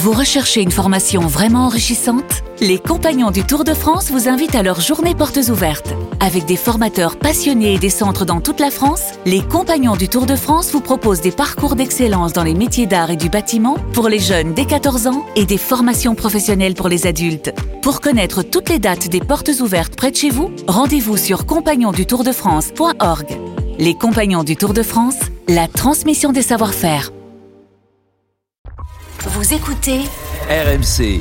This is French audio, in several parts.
Vous recherchez une formation vraiment enrichissante ? Les Compagnons du Tour de France vous invitent à leur journée portes ouvertes. Avec des formateurs passionnés et des centres dans toute la France, les Compagnons du Tour de France vous proposent des parcours d'excellence dans les métiers d'art et du bâtiment pour les jeunes dès 14 ans et des formations professionnelles pour les adultes. Pour connaître toutes les dates des portes ouvertes près de chez vous, rendez-vous sur compagnonsdutourdefrance.org. Les Compagnons du Tour de France, la transmission des savoir-faire. Vous écoutez RMC.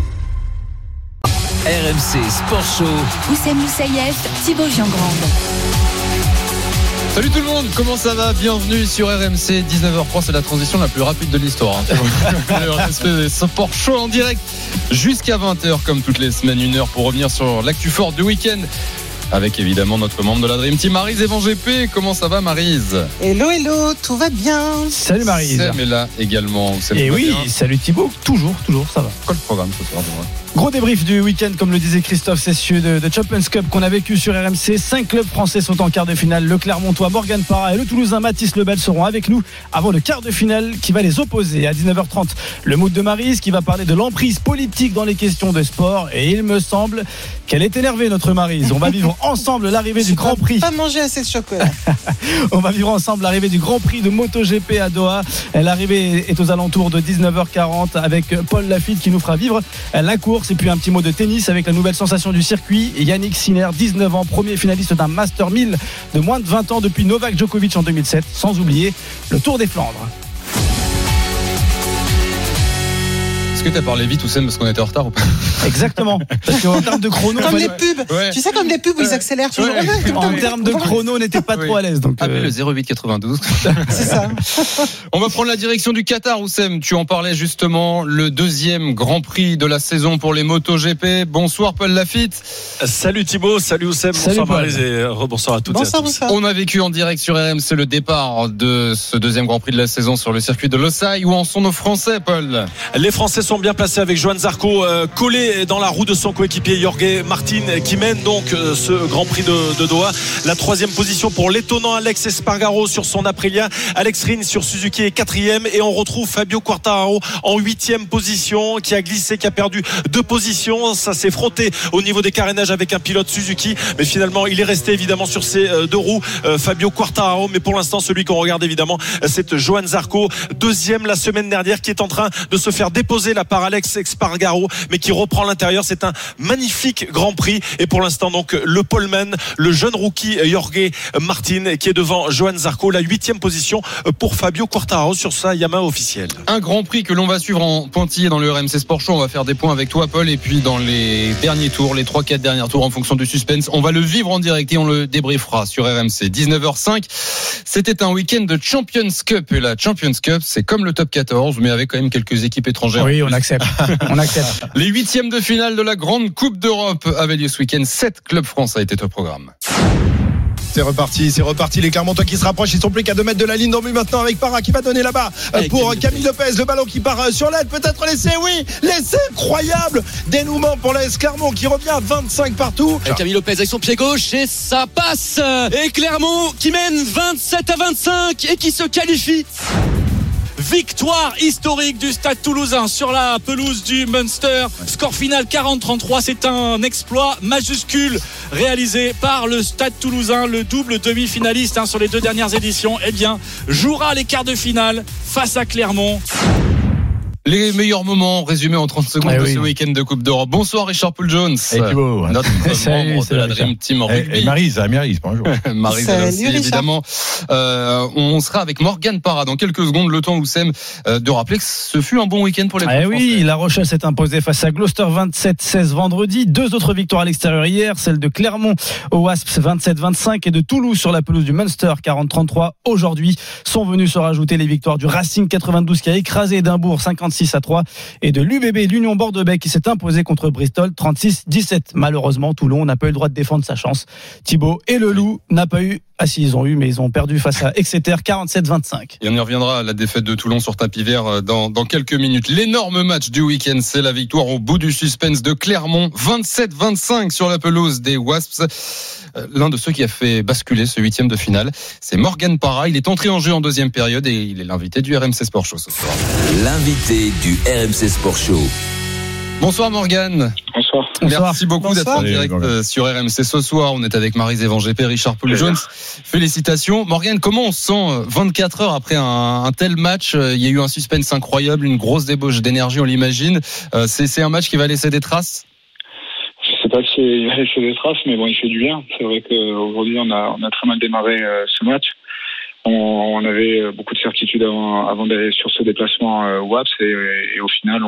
RMC Sport Show. Oussem Moussaïef, Thibaut Giangrande. Salut tout le monde, comment ça va ? Bienvenue sur RMC, 19h03, c'est la transition la plus rapide de l'histoire. Le RMC Sport Show en direct jusqu'à 20h comme toutes les semaines, 1 heure pour revenir sur l'actu forte du week-end. Avec évidemment notre membre de la Dream Team, Maryse Evan GP. Comment ça va, Maryse ? Hello, tout va bien. Salut Maryse. Sam est là également. Et oui, salut Thibaut. Toujours, ça va. Quoi le programme ce soir ? Gros débrief du week-end, comme le disait Christophe Cessieux de Champions Cup qu'on a vécu sur RMC. 5 clubs français sont en quart de finale. Le Clermontois Morgan Parra et le Toulousain Mathis Lebel seront avec nous avant le quart de finale qui va les opposer. À 19h30, le mood de Maryse qui va parler de l'emprise politique dans les questions de sport. Et il me semble qu'elle est énervée, notre Maryse. On va vivre ensemble l'arrivée du Grand Prix. Pas manger assez de chocolat. On va vivre ensemble l'arrivée du Grand Prix de MotoGP à Doha. L'arrivée est aux alentours de 19h40 avec Paul Lafitte qui nous fera vivre la course. Et puis un petit mot de tennis avec la nouvelle sensation du circuit, Yannick Sinner, 19 ans, premier finaliste d'un Master 1000 de moins de 20 ans depuis Novak Djokovic en 2007, sans oublier le Tour des Flandres. Est-ce que tu as parlé vite, Oussem, parce qu'on était en retard ou pas ? Exactement. Parce qu'en termes de chrono, comme les pubs. Ouais. Tu sais, comme les pubs où ils accélèrent toujours. Ouais. En termes de chrono, on n'était pas trop à l'aise. Donc appelez le 08 92. C'est ça. On va prendre la direction du Qatar, Oussem. Tu en parlais justement, le deuxième Grand Prix de la saison pour les MotoGP. Bonsoir Paul Lafitte. Salut Thibaut, salut Oussem, bonsoir Maryse et bonsoir à toutes et à tous. Bonsoir. On a vécu en direct sur RMC le départ de ce deuxième Grand Prix de la saison sur le circuit de Losail. Où en sont nos Français, Paul ? Les Français sont bien placés avec Johan Zarco collé dans la roue de son coéquipier Jorge Martin qui mène donc ce Grand Prix de Doha. La 3e position pour l'étonnant Alex Espargaro sur son Aprilia. Alex Rins sur Suzuki est 4e et on retrouve Fabio Quartararo en 8e position qui a glissé, qui a perdu 2 positions. Ça s'est frotté au niveau des carénages avec un pilote Suzuki, mais finalement il est resté évidemment sur ses 2 roues, Fabio Quartararo. Mais pour l'instant celui qu'on regarde évidemment c'est Johan Zarco, 2e la semaine dernière, qui est en train de se faire déposer là par Alex Espargaro, mais qui reprend l'intérieur. C'est un magnifique Grand Prix et pour l'instant donc le poleman, le jeune rookie Jorge Martin qui est devant Johan Zarco, la 8e position pour Fabio Quartararo sur sa Yamaha officielle. Un Grand Prix que l'on va suivre en pointillé dans le RMC Sport Show. On va faire des points avec toi Paul, et puis dans les derniers tours, les 3-4 derniers tours en fonction du suspense, on va le vivre en direct et on le débriefera sur RMC. 19h05, c'était un week-end de Champions Cup et la Champions Cup c'est comme le top 14 mais avec quand même quelques équipes étrangères. Oui, on accepte. On accepte. Les 8e de finale de la Grande Coupe d'Europe avaient lieu ce week-end. 7 clubs français étaient au programme. C'est reparti. Les Clermontois qui se rapprochent. Ils sont plus qu'à 2 mètres de la ligne d'en but maintenant avec Parra qui va donner là-bas pour Camille Lopez. Le ballon qui part sur l'aile. Peut-être l'essai. Oui, l'essai incroyable. Dénouement pour l'AS Clermont qui revient à 25 partout. Camille Lopez avec son pied gauche et ça passe. Et Clermont qui mène 27-25 et qui se qualifie. Victoire historique du Stade Toulousain sur la pelouse du Munster. Score final 40-33. C'est un exploit majuscule réalisé par le Stade Toulousain. Le double demi-finaliste sur les 2 dernières éditions, jouera les quarts de finale face à Clermont. Les meilleurs moments résumés en 30 secondes de ce week-end de Coupe d'Europe. Bonsoir Richard Poul-Jones. Hey Thibaut. Notre membre de la Dream Team rugby. Et Maryse, bonjour. Maryse aussi, évidemment. On sera avec Morgan Parra dans quelques secondes. Le temps, Oussem, de rappeler que ce fut un bon week-end pour les Français. Oui, La Rochelle s'est imposée face à Gloucester 27-16 vendredi. 2 autres victoires à l'extérieur hier, celle de Clermont au Wasps 27-25 et de Toulouse sur la pelouse du Munster 40-33. Aujourd'hui sont venus se rajouter les victoires du Racing 92 qui a écrasé Édimbourg 56-3 et de l'UBB, l'Union Bordeaux-Bègles qui s'est imposé contre Bristol 36-17. Malheureusement, Toulon n'a pas eu le droit de défendre sa chance. Thibaut et le Loup n'a pas eu Ah si, ils ont eu, mais ils ont perdu face à Exeter 47-25. Et on y reviendra à la défaite de Toulon sur tapis vert dans quelques minutes. L'énorme match du week-end, c'est la victoire au bout du suspense de Clermont, 27-25 sur la pelouse des Wasps. L'un de ceux qui a fait basculer ce 8e de finale, c'est Morgan Parra. Il est entré en jeu en deuxième période et il est l'invité du RMC Sport Show ce soir. L'invité du RMC Sport Show. Bonsoir Morgan. Bonsoir. Merci beaucoup d'être en direct sur RMC ce soir. On est avec Maryse Evangépé, Richard Poulle-Jones. Félicitations. Morgan, comment on se sent 24 heures après un tel match? Il y a eu un suspense incroyable, une grosse débauche d'énergie, on l'imagine. C'est un match qui va laisser des traces? Je sais pas s'il va laisser des traces, mais bon, il fait du bien. C'est vrai qu'aujourd'hui, on a très mal démarré ce match. On avait beaucoup de certitudes avant d'aller sur ce déplacement WAPS et au final,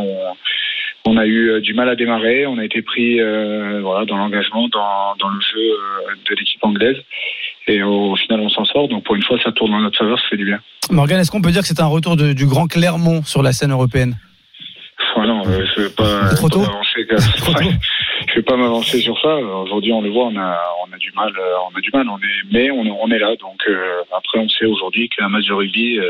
on a eu du mal à démarrer. On a été pris dans l'engagement, dans le jeu de l'équipe anglaise. Et au final, on s'en sort. Donc pour une fois, ça tourne en notre faveur, ça fait du bien. Morgan, est-ce qu'on peut dire que c'est un retour du grand Clermont sur la scène européenne? Non, je ne vais pas m'avancer. Je vais pas m'avancer sur ça. Aujourd'hui, on le voit, on a du mal. Mais on est là. Donc après, on sait aujourd'hui qu'un match de rugby,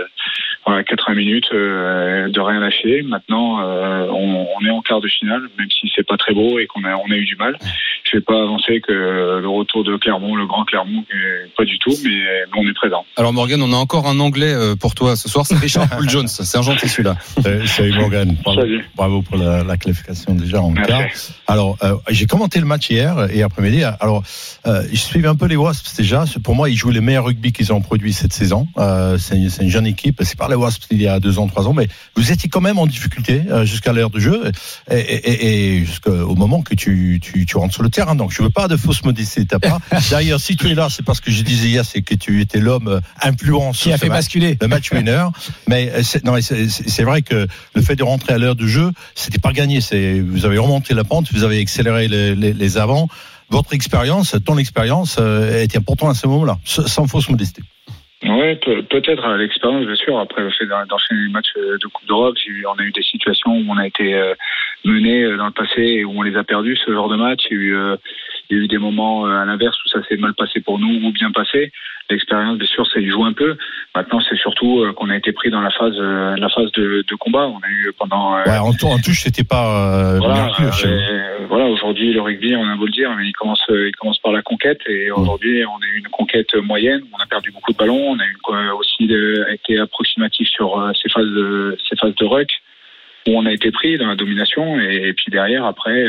80 minutes de rien lâcher. Maintenant, on est en quart de finale, même si c'est pas très beau et qu'on a eu du mal. Je vais pas avancer que le retour de Clermont, le grand Clermont, pas du tout, mais on est présent. Alors Morgan, on a encore un Anglais pour toi ce soir, c'est Richard Poulle-Jones. C'est un gentil celui-là. Salut Morgan. Salut. Bravo pour la qualification déjà en quart. Alors, j'ai commenté le match hier et après-midi. Alors, je suivais un peu les Wasps déjà. Pour moi, ils jouent les meilleurs rugby qu'ils ont produit cette saison. C'est une jeune équipe. C'est pas les Wasps il y a 2 ans, 3 ans, mais vous étiez quand même en difficulté jusqu'à l'heure de jeu et jusqu'au moment que tu rentres sur le terrain. Donc, je veux pas de fausse modestie de ta part. D'ailleurs, si tu es là, c'est parce que je disais hier, c'est que tu étais l'homme influent qui a fait basculer le match winner. Mais c'est vrai que le fait de rentrer à l'heure de jeu, c'était pas gagné. Vous avez remonté la pente, vous avez accéléré les avants. Votre expérience, ton expérience était importante à ce moment-là, sans fausse modestie. Oui, peut-être l'expérience, bien sûr. Après le fait d'enchaîner les matchs de Coupe d'Europe, on a eu des situations où on a été mené dans le passé et où on les a perdus, ce genre de match. Il y a eu des moments à l'inverse où ça s'est mal passé pour nous ou bien passé. L'expérience, bien sûr, ça y joue un peu. Maintenant, c'est surtout qu'on a été pris dans la phase de combat. On a eu pendant. En touche, c'était pas. Voilà, aujourd'hui, le rugby, on a beau le dire, mais il commence par la conquête. Et aujourd'hui, on a eu une conquête moyenne. On a perdu beaucoup de ballons. On a aussi été approximatif sur ces phases de ruck où on a été pris dans la domination. Et puis derrière, après.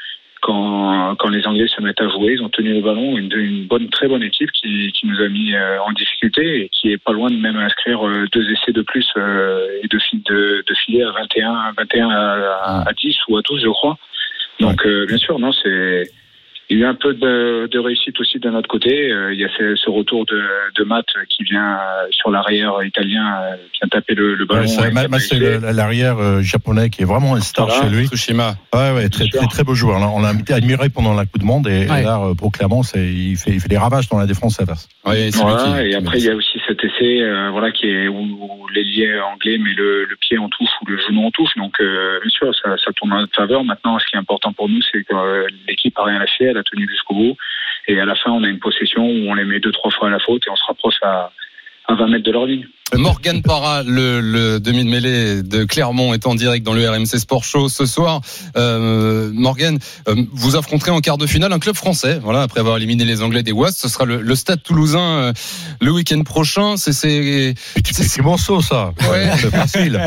Quand les Anglais se mettent à jouer, ils ont tenu le ballon, une très bonne équipe qui nous a mis en difficulté et qui est pas loin de même inscrire 2 essais de plus et de filer à 21 à 10 ou à 12, je crois. Donc bien sûr, non, il y a eu un peu de réussite aussi de notre côté. Il y a ce retour de Matt qui vient sur l'arrière italien, qui vient taper le ballon. C'est l'arrière japonais qui est vraiment un star chez lui. Tsushima. Très beau joueur. On l'a admiré pendant la Coupe du Monde et là, pour Clermont, il fait des ravages dans la défense adverse. Et après, il y a aussi cet essai qui est où l'ailier anglais met le pied en touche ou le genou en touche. Donc, bien sûr, ça tourne en notre faveur. Maintenant, ce qui est important pour nous, c'est que l'équipe n'a rien lâché. Elle a tenu jusqu'au bout. Et à la fin, on a une possession où on les met 2-3 fois à la faute et on se rapproche à 20 mètres de leur ligne. Morgan Parra, le demi de mêlée de Clermont, est en direct dans le RMC Sport Show ce soir. Morgan, vous affronterez en quart de finale un club français. Voilà, après avoir éliminé les Anglais des Wasps, ce sera le Stade Toulousain le week-end prochain. C'est morceau ça. Ouais. C'est facile.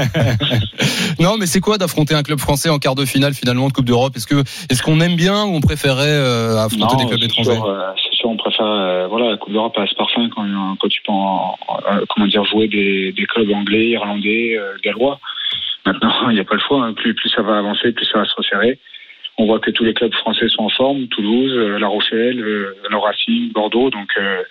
Non, mais c'est quoi d'affronter un club français en quart de finale finalement de Coupe d'Europe? Est-ce qu'on aime bien ou on préférait affronter des clubs étrangers? C'est sûr, on préfère. La Coupe d'Europe a ce parfum quand tu peux jouer des clubs anglais, irlandais, gallois. Maintenant, il n'y a pas le choix. Hein. Plus ça va avancer, plus ça va se resserrer. On voit que tous les clubs français sont en forme. Toulouse, La Rochelle, le Racing, Bordeaux. Donc,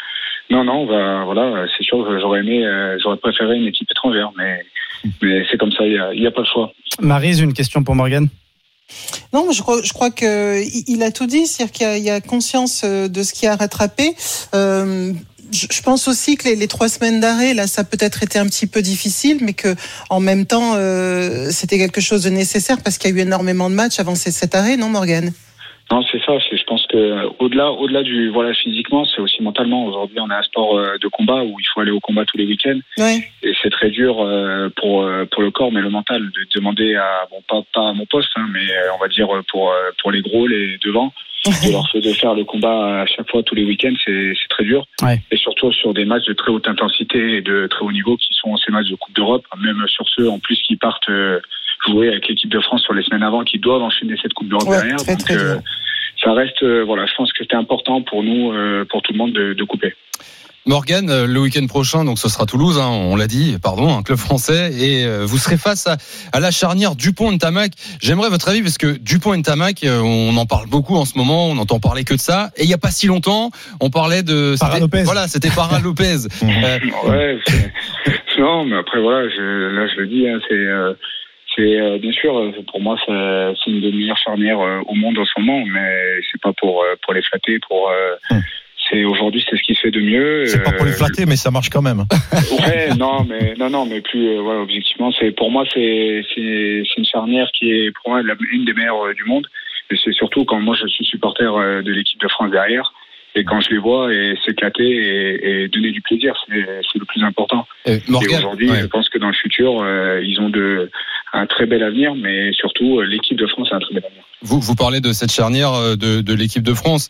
c'est sûr que j'aurais préféré une équipe étrangère. Mais c'est comme ça, il n'y a pas le choix. Maryse, une question pour Morgan? Non, je crois qu'il a tout dit. C'est-à-dire qu'il y a conscience de ce qui a rattrapé. Je pense aussi que les 3 semaines d'arrêt, là, ça a peut-être été un petit peu difficile, mais que en même temps, c'était quelque chose de nécessaire parce qu'il y a eu énormément de matchs avant cet arrêt, non, Morgan? Non, c'est ça. Je pense que au-delà du physiquement, c'est aussi mentalement. Aujourd'hui, on a un sport de combat où il faut aller au combat tous les week-ends. Ouais. Et c'est très dur pour le corps, mais le mental, de demander pas à mon poste, mais on va dire pour les gros, les devants, de faire le combat à chaque fois tous les week-ends, c'est très dur. Ouais. Et surtout sur des matchs de très haute intensité et de très haut niveau qui sont ces matchs de Coupe d'Europe, même sur ceux en plus qui partent jouer avec l'équipe de France sur les semaines avant, qui doivent enchaîner cette Coupe d'Europe derrière. Très, Donc très dur. ça reste, je pense que c'était important pour nous, pour tout le monde de couper. Morgane, le week-end prochain, donc ce sera Toulouse, on l'a dit, un club français, et vous serez face à la charnière Dupont-Ntamak. J'aimerais votre avis, parce que Dupont-Ntamak, on en parle beaucoup en ce moment, on n'entend parler que de ça, et il n'y a pas si longtemps, on parlait de... Parra Lopez. Voilà, c'était Parra Lopez. Ouais, non, mais après, je le dis, c'est bien sûr, pour moi, c'est une des meilleures charnières au monde en ce moment, mais c'est pas pour les flatter, aujourd'hui, c'est ce qui se fait de mieux. C'est pas pour les flatter, mais ça marche quand même. Ouais, mais plus, objectivement, pour moi, c'est une charnière qui est pour moi une des meilleures du monde. Et c'est surtout quand moi je suis supporter de l'équipe de France derrière. Et quand je les vois s'éclater et donner du plaisir, c'est le plus important. Morgane, et aujourd'hui, je pense que dans le futur, ils ont un très bel avenir, mais surtout, l'équipe de France a un très bel avenir. Vous parlez de cette charnière de l'équipe de France.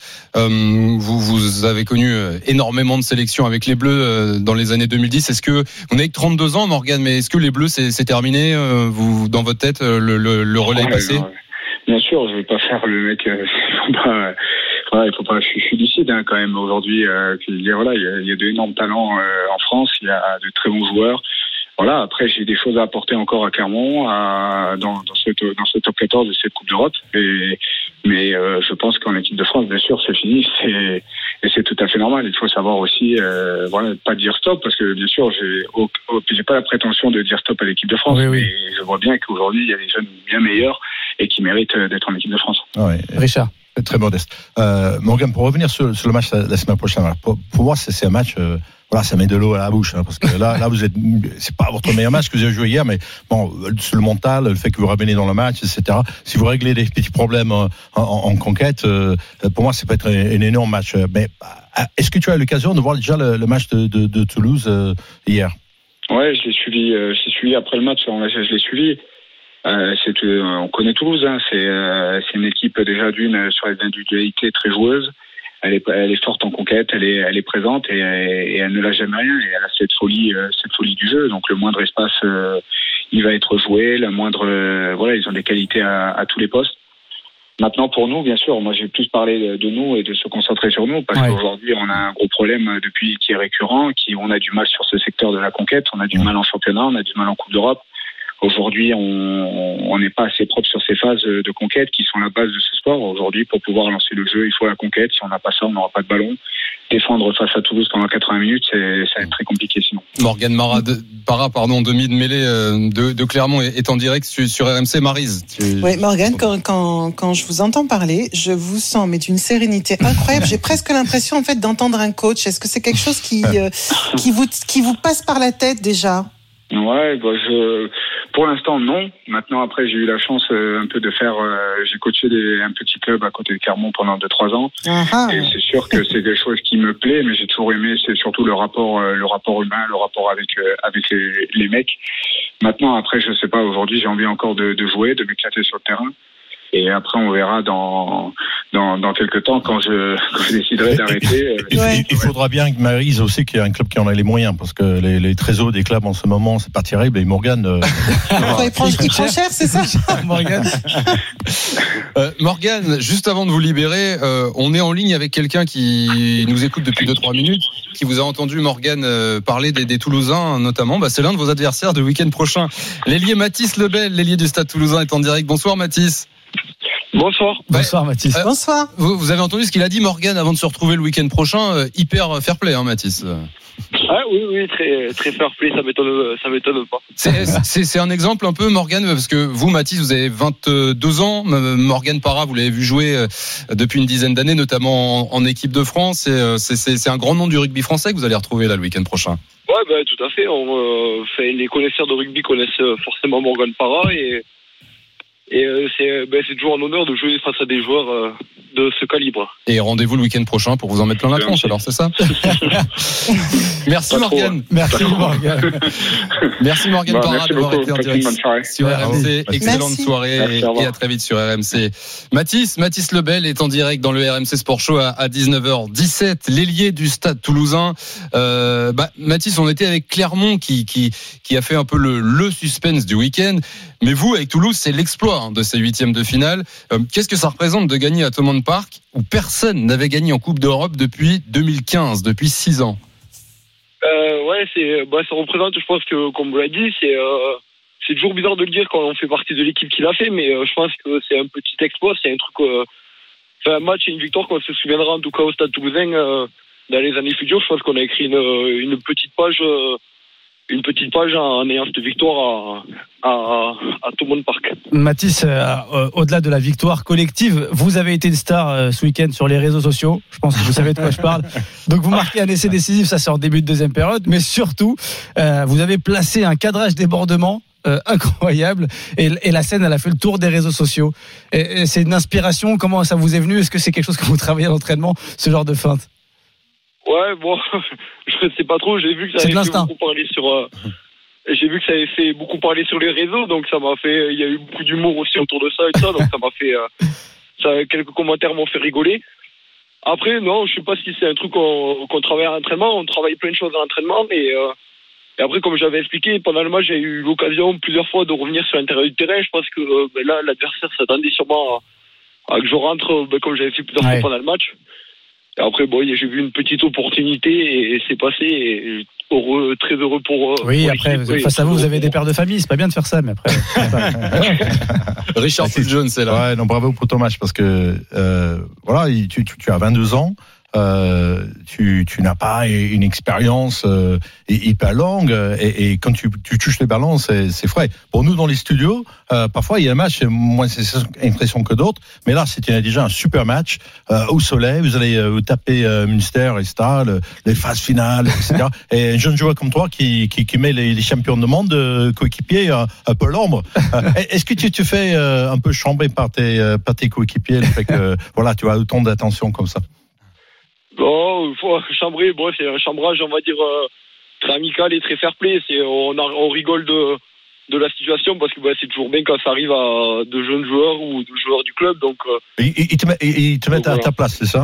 Vous avez connu énormément de sélections avec les Bleus dans les années 2010. Est-ce que vous n'avez que 32 ans, Morgane, mais est-ce que les Bleus c'est terminé vous dans votre tête le relais est passé? Bien sûr, je vais pas faire le mec. Il faut pas. Je suis lucide quand même aujourd'hui. Il y a d'énormes talents en France. Il y a de très bons joueurs. Voilà. Après, j'ai des choses à apporter encore à Clermont, dans ce top 14 de cette Coupe d'Europe. Mais je pense qu'en équipe de France, bien sûr, c'est fini. Et c'est tout à fait normal. Il faut savoir aussi, pas dire stop, parce que bien sûr, j'ai pas la prétention de dire stop à l'équipe de France. Oui. Mais je vois bien qu'aujourd'hui, il y a des jeunes bien meilleurs et qui méritent d'être en équipe de France. Ouais. Richard. Très modeste. Morgane, pour revenir sur le match la semaine prochaine, pour moi, c'est un match. Ça met de l'eau à la bouche, parce que là, c'est pas votre meilleur match que vous avez joué hier, mais bon, sur le mental, le fait que vous revenez dans le match, etc. Si vous réglez des petits problèmes en conquête, pour moi, ça peut être un énorme match. Mais est-ce que tu as eu l'occasion de voir déjà le match de Toulouse hier? Ouais, je l'ai suivi après le match. Je l'ai suivi. On connaît Toulouse, c'est une équipe déjà sur les individualités très joueuse. Elle est forte en conquête, elle est présente et elle ne lâche jamais rien. Et elle a cette folie du jeu. Donc le moindre espace, il va être joué. Ils ont des qualités à tous les postes. Maintenant pour nous, bien sûr, moi j'ai plus parlé de nous et de se concentrer sur nous parce qu'aujourd'hui on a un gros problème qui est récurrent, on a du mal sur ce secteur de la conquête, on a du mal en championnat, on a du mal en Coupe d'Europe. Aujourd'hui, on n'est pas assez propre sur ces phases de conquête qui sont la base de ce sport. Aujourd'hui, pour pouvoir lancer le jeu, il faut la conquête. Si on n'a pas ça, on n'aura pas de ballon. Défendre face à Toulouse pendant 80 minutes, ça va être très compliqué sinon. Morgane Parra, demi de mêlée de Clermont est en direct sur RMC. Maryse. Oui, Morgane, quand je vous entends parler, je vous sens mais d'une sérénité incroyable. J'ai presque l'impression en fait d'entendre un coach. Est-ce que c'est quelque chose qui vous passe par la tête déjà? Ouais, pour l'instant non. Maintenant après j'ai eu la chance un peu de faire. J'ai coaché un petit club à côté de Clermont pendant 2-3 ans. Et c'est sûr que c'est des choses qui me plaît, mais j'ai toujours aimé. C'est surtout le rapport humain, le rapport avec les mecs. Maintenant après je sais pas. Aujourd'hui j'ai envie encore de jouer, de m'éclater sur le terrain. Et après, on verra dans quelques temps quand je déciderai d'arrêter. Il faudra bien que Maryse aussi qu'il y ait un club qui en a les moyens, parce que les trésors des clubs en ce moment, c'est pas terrible. Et Morgane, il prend cher, c'est ça, Morgane. Morgane, juste avant de vous libérer, on est en ligne avec quelqu'un qui nous écoute depuis 2-3 minutes, qui vous a entendu Morgane parler des Toulousains notamment. C'est l'un de vos adversaires de week-end prochain. L'ailier Mathis Lebel, l'ailier du Stade Toulousain, est en direct. Bonsoir Mathis. Bonsoir. Bonsoir Mathis. Bonsoir. Vous avez entendu ce qu'il a dit, Morgane, avant de se retrouver le week-end prochain. Hyper fair play, Mathis. Ah oui, très très fair play, ça m'étonne pas. C'est un exemple un peu, Morgane, parce que vous, Mathis, vous avez 22 ans. Morgane Parra, vous l'avez vu jouer depuis une dizaine d'années, notamment en équipe de France. C'est un grand nom du rugby français que vous allez retrouver là le week-end prochain. Ouais, tout à fait. Les connaisseurs de rugby connaissent forcément Morgane Parra Et c'est toujours un honneur de jouer face à des joueurs de ce calibre. Et rendez-vous le week-end prochain pour vous en mettre plein la tronche, alors c'est ça? Merci Morgane. Merci Morgane. Merci Morgane Parra d'avoir été en direct sur RMC. Excellente Merci. soirée et à très vite sur RMC. Mathis Lebel est en direct dans le RMC Sport Show à 19h17. L'ailier du Stade Toulousain. Mathis, on était avec Clermont qui a fait un peu le suspense du week-end. Mais vous, avec Toulouse, c'est l'exploit de ces huitièmes de finale. Qu'est-ce que ça représente de gagner à Thomond Park où personne n'avait gagné en Coupe d'Europe depuis 2015, depuis 6 ans? Ça représente, je pense que, comme vous l'avez dit, c'est toujours bizarre de le dire quand on fait partie de l'équipe qui l'a fait, mais je pense que c'est un petit exploit, c'est un truc, un match et une victoire qu'on se souviendra en tout cas au Stade Toulousain dans les années futures. Je pense qu'on a écrit une petite page en ayant cette victoire à Thomond Park. Mathis, au-delà de la victoire collective, vous avez été une star ce week-end sur les réseaux sociaux. Je pense que vous savez de quoi je parle. Donc vous marquez un essai décisif, ça c'est en début de deuxième période, mais surtout, vous avez placé un cadrage débordement incroyable et la scène elle a fait le tour des réseaux sociaux. Et c'est une inspiration, comment ça vous est venu? Est-ce que c'est quelque chose que vous travaillez à l'entraînement, ce genre de feinte? Ouais, bon, je sais pas trop. J'ai vu que ça avait fait beaucoup parler j'ai vu que ça avait fait beaucoup parler sur les réseaux, donc ça m'a fait. Il y a eu beaucoup d'humour aussi autour de ça et tout ça, donc ça m'a fait. Quelques commentaires m'ont fait rigoler. Après, non, je sais pas si c'est un truc qu'on travaille à l'entraînement. On travaille plein de choses à l'entraînement, mais et après, comme j'avais expliqué, pendant le match, j'ai eu l'occasion plusieurs fois de revenir sur l'intérieur du terrain. Je pense que là, l'adversaire s'attendait sûrement à que je rentre, comme j'avais fait plusieurs fois pendant le match. Et après, j'ai vu une petite opportunité et c'est passé. Et très heureux pour. Oui, pour après, face à vous avez des pères de famille, c'est pas bien de faire ça, mais après. Richard Jones, c'est là. Ouais, non, bravo pour ton match parce que tu as 22 ans. Tu n'as pas une expérience hyper longue et quand tu touches les ballons c'est frais. Pour nous dans les studios parfois il y a un match moins c'est impression que d'autres, mais là c'était déjà un super match au soleil. Vous allez vous taper Münster et Stahl, les phases finales, etc. Et un jeune joueur comme toi qui met les champions du monde coéquipiers un peu l'ombre. Est-ce que tu te fais un peu chambrer par tes coéquipiers le fait que tu as autant d'attention comme ça? Bon, chambrer, c'est un chambrage, on va dire, très amical et très fair play. On rigole de la situation parce que c'est toujours bien quand ça arrive à de jeunes joueurs ou de joueurs du club. Donc, ils te mettent à ta place, c'est ça?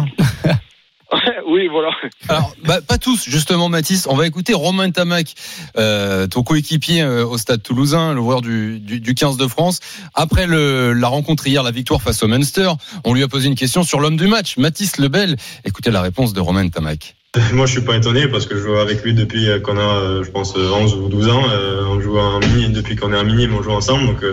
Oui, voilà. Alors, pas tous, justement, Mathis. On va écouter Romain Tamac, ton coéquipier au Stade Toulousain, le joueur du 15 de France. Après la rencontre hier, la victoire face au Munster, on lui a posé une question sur l'homme du match, Mathis Lebel. Écoutez la réponse de Romain Tamac. Moi, je suis pas étonné parce que je joue avec lui depuis qu'on a, je pense, 11 ou 12 ans. On joue en mini depuis qu'on est en mini, on joue ensemble. Donc,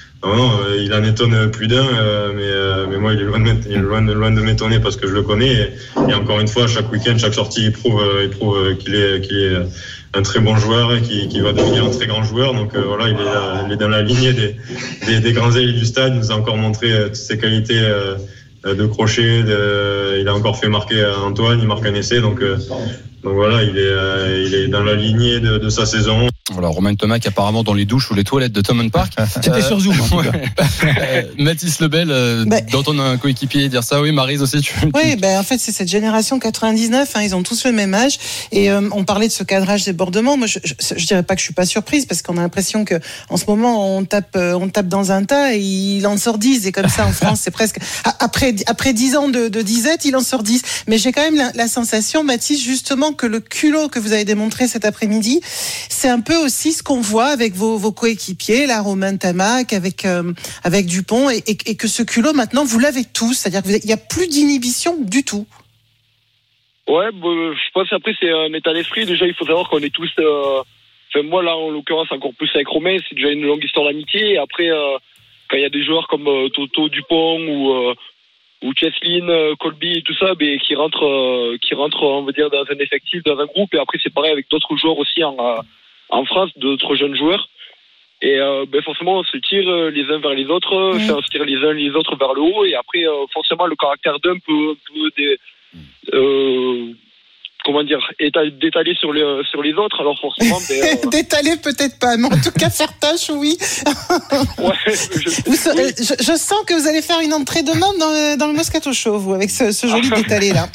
il en étonne plus d'un, mais moi il est loin de m'étonner parce que je le connais et encore une fois chaque week-end, chaque sortie il prouve qu'il est un très bon joueur et qui va devenir un très grand joueur. Donc il est dans la lignée des grands ailiers du stade. Il nous a encore montré toutes ses qualités de crochet. Il a encore fait marquer Antoine, il marque un essai. Donc voilà, il est dans la lignée de sa saison. Voilà, Romain Tamac apparemment dans les douches ou les toilettes de Thomond Park. C'était sur Zoom. En tout cas. Mathis Lebel, d'entendre un coéquipier dire ça, oui, Maryse aussi. Oui, en fait c'est cette génération 99, ils ont tous le même âge et on parlait de ce cadrage débordement. Moi, je dirais pas que je suis pas surprise parce qu'on a l'impression que en ce moment on tape dans un tas et il en sort 10 et comme ça en France c'est presque après 10 ans de disette il en sort 10. Mais j'ai quand même la sensation, Mathis, justement que le culot que vous avez démontré cet après-midi, c'est un peu aussi ce qu'on voit avec vos coéquipiers, là, Romain Tamac, avec Dupont, et que ce culot, maintenant, vous l'avez tous. C'est-à-dire qu'il n'y a plus d'inhibition du tout. Ouais, je pense après, c'est un état d'esprit. Déjà, il faut savoir qu'on est tous... moi, là, en l'occurrence, encore plus avec Romain, c'est déjà une longue histoire d'amitié. Et après, quand il y a des joueurs comme Toto Dupont ou Cheslin, Colby et tout ça, qui rentrent, on va dire, dans un effectif, dans un groupe. Et après, c'est pareil avec d'autres joueurs aussi en France, d'autres jeunes joueurs. Et forcément, on se tire les uns vers les autres, on se tire les uns les autres vers le haut. Et après, forcément, le caractère d'un peut d'étaler sur les autres, alors forcément d'étaler peut-être pas, mais en tout cas faire tâche, oui. Ouais, je sens que vous allez faire une entrée demain dans le Moscato Show, vous, avec ce joli détalé là.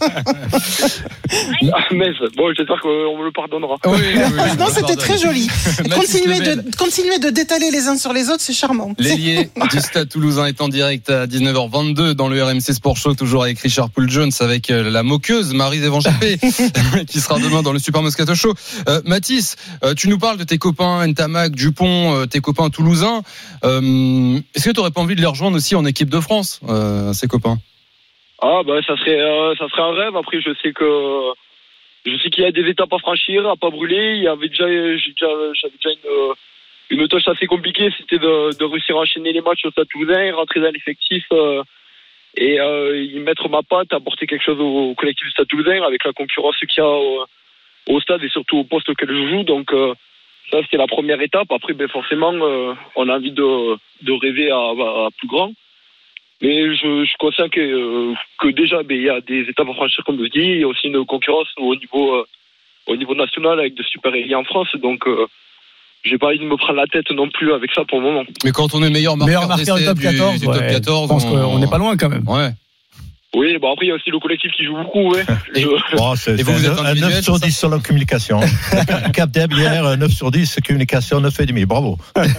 Mais bon, j'espère qu'on me le pardonnera. Oui, non, c'était très joli. Continuez de détaler les uns sur les autres, c'est charmant. L'ailier du Stade Toulousain est en direct à 19h22 dans le RMC Sport Show, toujours avec Richard Poul-Jones, avec la moqueuse Maryse Evangépé qui sera demain dans le Super Moscato Show. Mathis, tu nous parles de tes copains Ntamak, Dupont, tes copains toulousains. Est-ce que tu n'aurais pas envie de les rejoindre aussi en équipe de France, ces copains? Ah bah ça serait un rêve. Après je sais qu'il y a des étapes à franchir, à pas brûler. J'avais déjà une tâche assez compliquée, c'était de réussir à enchaîner les matchs au Stade Toulousain, rentrer dans l'effectif et y mettre ma patte, apporter quelque chose au collectif du Stade Toulousain avec la concurrence qu'il y a au stade et surtout au poste auquel je joue. Donc ça c'était la première étape. Après forcément on a envie de rêver à plus grand. Mais je suis conscient que déjà il y a des étapes à franchir, comme je dis. Il y a aussi une concurrence au niveau national avec de super ailiers en France. Donc j'ai pas envie de me prendre la tête non plus avec ça pour le moment. Mais quand on est meilleur marqueur du top 14, du top 14, je pense qu'on n'est pas loin quand même. Ouais. Oui, bon après il y a aussi le collectif qui joue beaucoup. Ouais. Et vous êtes un 9 sur 10 sur la communication. Cap Deb hier, 9 sur 10, communication 9,5. Bravo.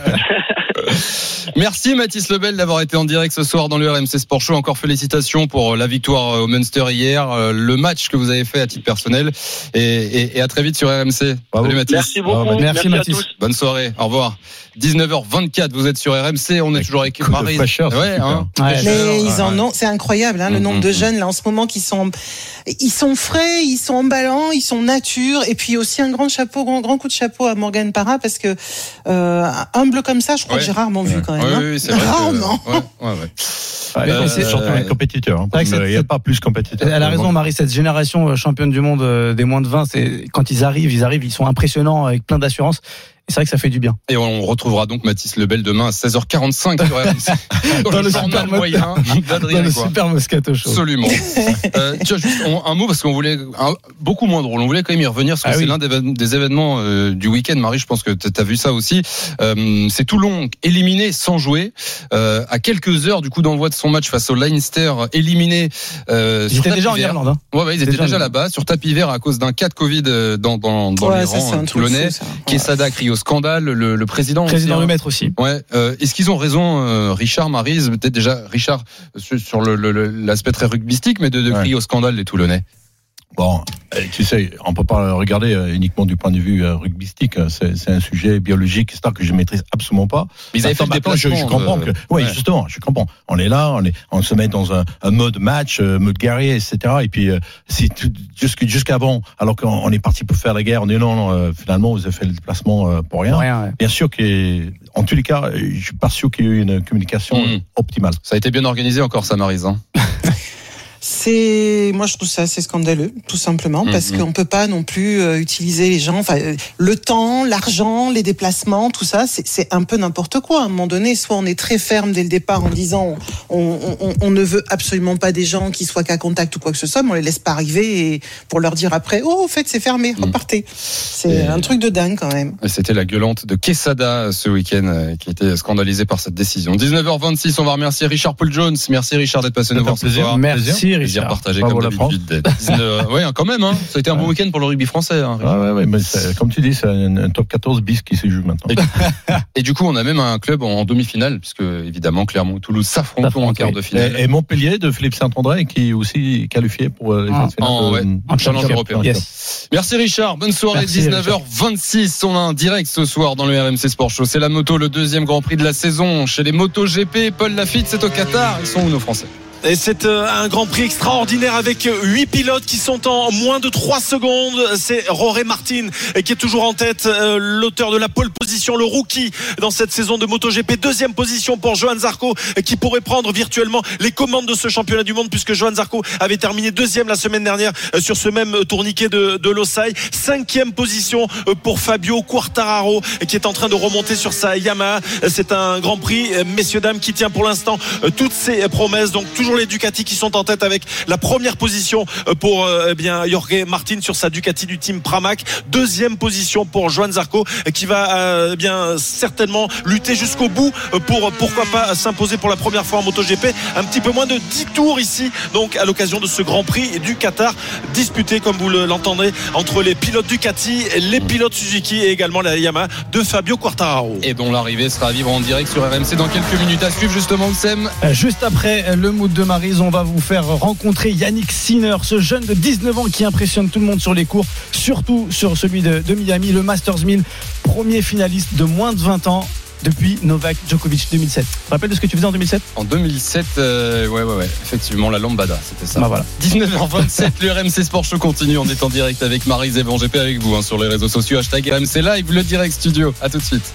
Merci Mathis Lebel d'avoir été en direct ce soir dans le RMC Sport Show. Encore félicitations pour la victoire au Munster hier, le match que vous avez fait à titre personnel et à très vite sur RMC. Bravo. Salut Mathis. Merci beaucoup. Merci Mathis. Bonne soirée. Au revoir. 19h24, vous êtes sur RMC. On est toujours avec Maryse. Mais ils en ont, c'est incroyable, le nombre de jeunes là en ce moment qui sont frais, ils sont emballants, ils sont nature. Et puis aussi un grand coup de chapeau à Morgan Parra parce que humble comme ça, je crois que j'ai rarement vu quand même. Oui, c'est vrai. Rarement. C'est surtout un compétiteur. Il n'y a pas plus compétiteur. Elle a raison, Marie. Cette génération championne du monde des moins de 20, c'est quand ils arrivent, ils sont impressionnants avec plein d'assurance. Et c'est vrai que ça fait du bien. Et on retrouvera donc Mathis Lebel demain à 16h45 sur RMC. dans le journal moyen d'Adrien. Dans le Super Moscato Show. Absolument. Tiens, juste un mot parce qu'on voulait beaucoup moins drôle. On voulait quand même y revenir parce que c'est l'un des événements du week-end. Marie, je pense que tu as vu ça aussi. C'est Toulon éliminé sans jouer à quelques heures du coup d'envoi de son match face au Leinster, éliminé. Ils étaient déjà en Irlande. Ils étaient déjà là-bas sur tapis vert à cause d'un cas de Covid dans les rangs toulonnais. Quesada crie au scandale, le président le maître aussi. Ouais. Est-ce qu'ils ont raison, Richard, Maryse, peut-être déjà Richard sur l'aspect très rugbystique, mais de crier au scandale les Toulonnais? Bon, tu sais, on peut pas regarder uniquement du point de vue rugbystique. C'est un sujet biologique, c'est ça que je maîtrise absolument pas. Mais ils avaient fait le déplacement. Je comprends que, justement, je comprends. On est là, on se met dans un mode match, mode guerrier, etc. Et puis, jusqu'avant, alors qu'on est parti pour faire la guerre, on dit non, finalement, vous avez fait le déplacement pour rien. Bien sûr en tous les cas, je suis pas sûr qu'il y ait eu une communication optimale. Ça a été bien organisé encore, ça, Maryse, hein. Moi je trouve ça assez scandaleux, tout simplement, parce qu'on peut pas non plus utiliser les gens, le temps, l'argent, les déplacements, tout ça, c'est un peu n'importe quoi. À un moment donné, soit on est très ferme dès le départ en disant on ne veut absolument pas des gens qui soient qu'à contact ou quoi que ce soit, mais on les laisse pas arriver et pour leur dire après, au fait c'est fermé, repartez. C'est un truc de dingue quand même. C'était la gueulante de Quesada ce week-end qui était scandalisée par cette décision. 19h26, on va remercier Richard Poul-Jones. Merci Richard d'être passé nous voir ce soir. Merci Richard. Partagé comme d'habitude. Ouais, quand même, hein. Ça a été un bon week-end pour le rugby français. Hein, ouais, mais comme tu dis, c'est un top 14 bis qui se joue maintenant. Et du coup, on a même un club en demi-finale, puisque évidemment, Clermont et Toulouse s'affronteront en quart de finale. Et Montpellier de Philippe Saint-André qui est aussi qualifié pour les en challenge européen. Yes. Merci Richard, bonne soirée. 19h26, on a un direct ce soir dans le RMC Sport Show. C'est la moto, le deuxième Grand Prix de la saison chez les MotoGP. Paul Lafitte, c'est au Qatar. Ils sont où nos Français? Et c'est un Grand Prix extraordinaire avec 8 pilotes qui sont en moins de 3 secondes. C'est Jorge Martin qui est toujours en tête, l'auteur de la pole position, le rookie dans cette saison de MotoGP. Deuxième position pour Johan Zarco qui pourrait prendre virtuellement les commandes de ce championnat du monde puisque Johan Zarco avait terminé deuxième la semaine dernière sur ce même tourniquet de Losail. Cinquième position pour Fabio Quartararo qui est en train de remonter sur sa Yamaha. C'est un Grand Prix, messieurs dames, qui tient pour l'instant toutes ses promesses. Donc toujours toujours les Ducati qui sont en tête avec la première position pour Jorge Martin sur sa Ducati du team Pramac. Deuxième position pour Johan Zarco qui va certainement lutter jusqu'au bout pour pourquoi pas s'imposer pour la première fois en MotoGP. Un petit peu moins de 10 tours ici, donc à l'occasion de ce Grand Prix du Qatar, disputé comme vous l'entendez entre les pilotes Ducati, les pilotes Suzuki et également la Yamaha de Fabio Quartararo. Et dont l'arrivée sera à vivre en direct sur RMC dans quelques minutes. À suivre justement Oussem. Juste après le mood de Maryse, on va vous faire rencontrer Yannick Sinner, ce jeune de 19 ans qui impressionne tout le monde sur les cours, surtout sur celui de Miami, le Masters 1000, premier finaliste de moins de 20 ans depuis Novak Djokovic 2007. Tu te rappelles de ce que tu faisais en 2007 ? En 2007, ouais, effectivement, la lambada, c'était ça. Bah voilà. 19h27, le RMC Sport Show continue. On est en direct avec Maryse et GP avec vous sur les réseaux sociaux. Hashtag RMC Live, le direct studio. À tout de suite.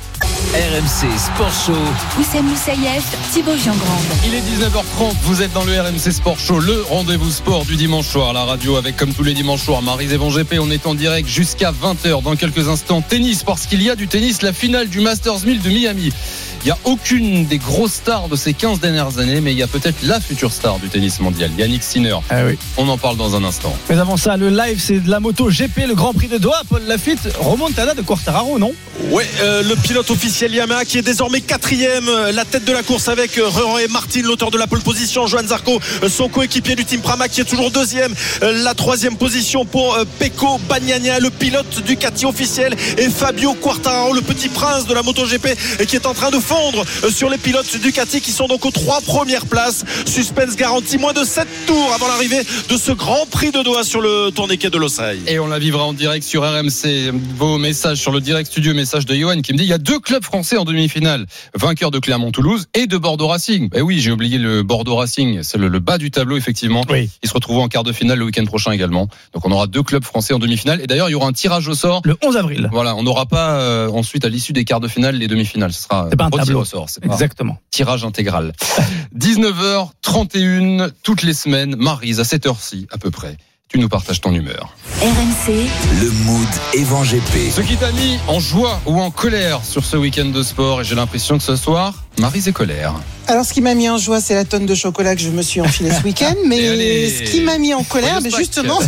RMC Sport Show. Oussem Moussaïef, Thibaut Giangrande. Il est 19h30, vous êtes dans le RMC Sport Show, le rendez-vous sport du dimanche soir. La radio avec, comme tous les dimanches soirs, Maryse et GP. On est en direct jusqu'à 20h. Dans quelques instants, tennis, parce qu'il y a du tennis, la finale du Masters 1000 de Miami. Il n'y a aucune des grosses stars de ces 15 dernières années, mais il y a peut-être la future star du tennis mondial, Yannick Sinner. Ah oui. On en parle dans un instant. Mais avant ça, le live, c'est de la moto GP, le Grand Prix de Doha. Paul Lafitte, remontada de Quartararo, non ? Oui, le pilote officiel Yamaha qui est désormais 4e, la tête de la course avec Jorge Martin, l'auteur de la pole position, Johan Zarco, son coéquipier du team Pramac qui est toujours 2e, la 3e position pour Pecco Bagnaia, le pilote Ducati officiel, et Fabio Quartararo, le petit prince de la MotoGP, qui est en train de fondre sur les pilotes Ducati qui sont donc aux 3 premières places. Suspense garanti, moins de 7 tours avant l'arrivée de ce Grand Prix de Doha sur le tourniquet de Losail. Et on la vivra en direct sur RMC. Vos messages sur le direct studio, message de Johan qui me dit il y a 2 clubs français en demi-finale, vainqueur de Clermont-Toulouse et de Bordeaux Racing. Eh oui, j'ai oublié le Bordeaux Racing, c'est le bas du tableau effectivement. Oui. Ils se retrouvent en quart de finale le week-end prochain également. Donc on aura 2 clubs français en demi-finale et d'ailleurs il y aura un tirage au sort le 11 avril. Voilà, on n'aura pas ensuite à l'issue des quarts de finale les demi-finales, ce sera c'est pas un tableau au sort, c'est exactement. Tirage intégral. 19h31 toutes les semaines, Maryse à cette heure-ci à peu près. Tu nous partages ton humeur. RMC, le mood Evan GP. Ce qui t'a mis en joie ou en colère sur ce week-end de sport, et j'ai l'impression que ce soir, Maryse est colère. Alors, ce qui m'a mis en joie, c'est la tonne de chocolat que je me suis enfilée ce week-end. Mais ce qui m'a mis en colère, mais justement,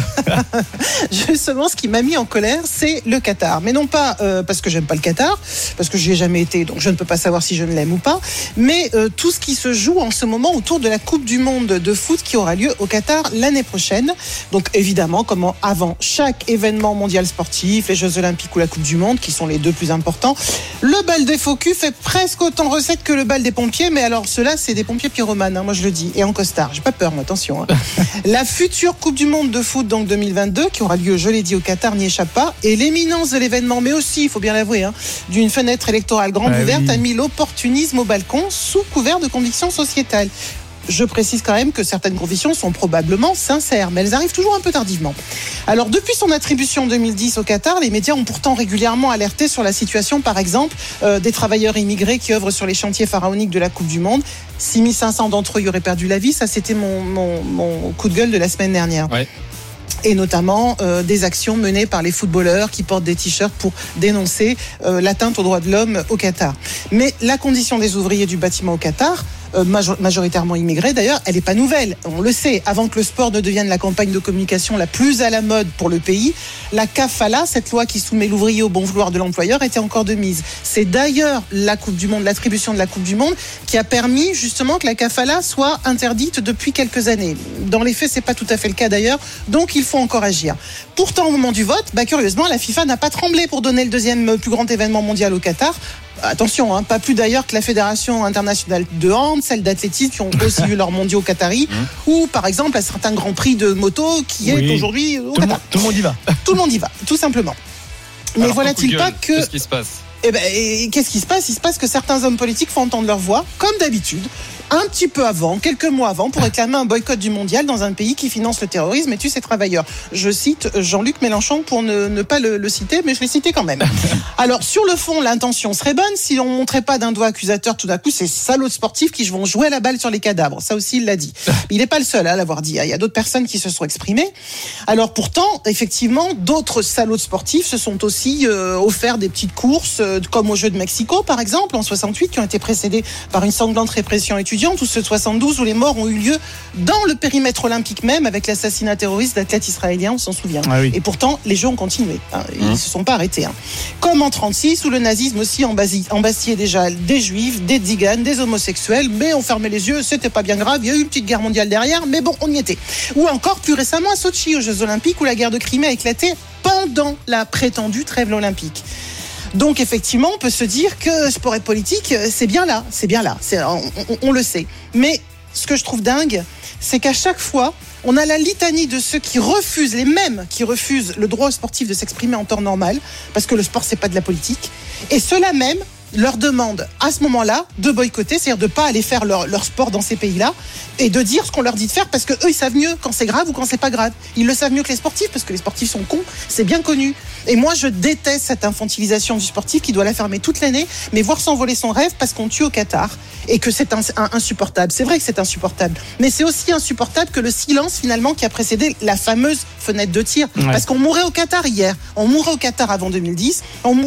ce qui m'a mis en colère, c'est le Qatar. Mais non pas parce que j'aime pas le Qatar, parce que j'y ai jamais été, donc je ne peux pas savoir si je ne l'aime ou pas. Mais tout ce qui se joue en ce moment autour de la Coupe du Monde de foot qui aura lieu au Qatar l'année prochaine. Donc évidemment, comme avant chaque événement mondial sportif, les Jeux Olympiques ou la Coupe du Monde, qui sont les 2 plus importants, le bal des faux culs fait presque autant recette que le bal des pompiers, mais alors ceux-là, c'est des pompiers pyromanes, moi je le dis, et en costard. J'ai pas peur, moi, attention. La future Coupe du Monde de foot, donc 2022, qui aura lieu, je l'ai dit, au Qatar, n'y échappe pas. Et l'éminence de l'événement, mais aussi, il faut bien l'avouer, d'une fenêtre électorale grande ouverte, a mis l'opportunisme au balcon sous couvert de convictions sociétales. Je précise quand même que certaines convictions sont probablement sincères, mais elles arrivent toujours un peu tardivement. Alors, depuis son attribution en 2010 au Qatar, les médias ont pourtant régulièrement alerté sur la situation, par exemple, des travailleurs immigrés qui œuvrent sur les chantiers pharaoniques de la Coupe du Monde. 6500 d'entre eux y auraient perdu la vie. Ça, c'était mon coup de gueule de la semaine dernière. Ouais. Et notamment des actions menées par les footballeurs qui portent des t-shirts pour dénoncer l'atteinte aux droits de l'homme au Qatar. Mais la condition des ouvriers du bâtiment au Qatar, majoritairement immigrés d'ailleurs, elle n'est pas nouvelle. On le sait, avant que le sport ne devienne la campagne de communication la plus à la mode pour le pays, la kafala, cette loi qui soumet l'ouvrier au bon vouloir de l'employeur, était encore de mise. C'est d'ailleurs la Coupe du Monde, l'attribution de la Coupe du Monde, qui a permis justement que la kafala soit interdite depuis quelques années. Dans les faits, c'est pas tout à fait le cas d'ailleurs, donc il faut encore agir. Pourtant, au moment du vote, curieusement, la FIFA n'a pas tremblé pour donner le 2e plus grand événement mondial au Qatar. Attention, pas plus d'ailleurs que la Fédération internationale de hand, celle d'athlétisme qui ont aussi eu leurs mondiaux qataris, ou par exemple un certain Grand Prix de moto qui est aujourd'hui au Qatar. Tout le monde y va. Tout le monde y va, tout simplement. Mais alors, voilà-t-il pas que... Qu'est-ce qui se passe ? Qu'est-ce qui se passe ? Il se passe que certains hommes politiques font entendre leur voix, comme d'habitude, un petit peu avant, quelques mois avant, pour réclamer un boycott du mondial dans un pays qui finance le terrorisme et tue ses travailleurs. Je cite Jean-Luc Mélenchon pour ne pas le citer, mais je l'ai cité quand même. Alors, sur le fond, l'intention serait bonne si on ne montrait pas d'un doigt accusateur tout d'un coup ces salauds de sportifs qui vont jouer à la balle sur les cadavres. Ça aussi, il l'a dit. Il n'est pas le seul à l'avoir dit. Il y a d'autres personnes qui se sont exprimées. Alors, pourtant, effectivement, d'autres salauds de sportifs se sont aussi offert des petites courses, comme aux Jeux de Mexico, par exemple, en 68, qui ont été précédées par une sanglante répression étudiante étudiante ou ceux de 72 où les morts ont eu lieu dans le périmètre olympique même avec l'assassinat terroriste d'athlètes israéliens, on s'en souvient. Ah oui. Et pourtant, les jeux ont continué. Ils ne se sont pas arrêtés. Comme en 36 où le nazisme aussi embastillait déjà des juifs, des tziganes, des homosexuels, mais on fermait les yeux, c'était pas bien grave, il y a eu une petite guerre mondiale derrière, mais bon, on y était. Ou encore plus récemment à Sochi, aux Jeux Olympiques, où la guerre de Crimée a éclaté pendant la prétendue trêve olympique. Donc effectivement, on peut se dire que sport et politique, c'est bien là. On le sait. Mais ce que je trouve dingue, c'est qu'à chaque fois, on a la litanie de ceux qui refusent, les mêmes qui refusent le droit aux sportifs de s'exprimer en temps normal, parce que le sport, c'est pas de la politique. Et ceux-là même leur demandent à ce moment-là de boycotter, c'est-à-dire de pas aller faire leur sport dans ces pays-là et de dire ce qu'on leur dit de faire parce que eux ils savent mieux quand c'est grave ou quand c'est pas grave. Ils le savent mieux que les sportifs parce que les sportifs sont cons, c'est bien connu. Et moi je déteste cette infantilisation du sportif qui doit la fermer toute l'année, mais voir s'envoler son rêve parce qu'on tue au Qatar et que c'est insupportable. C'est vrai que c'est insupportable, mais c'est aussi insupportable que le silence finalement qui a précédé la fameuse fenêtre de tir. Ouais. Parce qu'on mourait au Qatar hier, on mourait au Qatar avant 2010,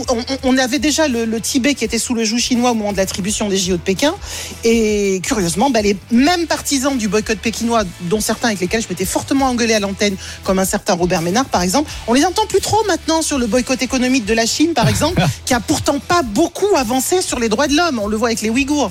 on avait déjà le Tibet qui était sous le joug chinois au moment de l'attribution des JO de Pékin. Et curieusement, les mêmes partisans du boycott pékinois, dont certains avec lesquels je m'étais fortement engueulé à l'antenne, comme un certain Robert Ménard par exemple, on les entend plus trop maintenant sur le boycott économique de la Chine par exemple, qui a pourtant pas beaucoup avancé sur les droits de l'homme. On le voit avec les Ouïghours.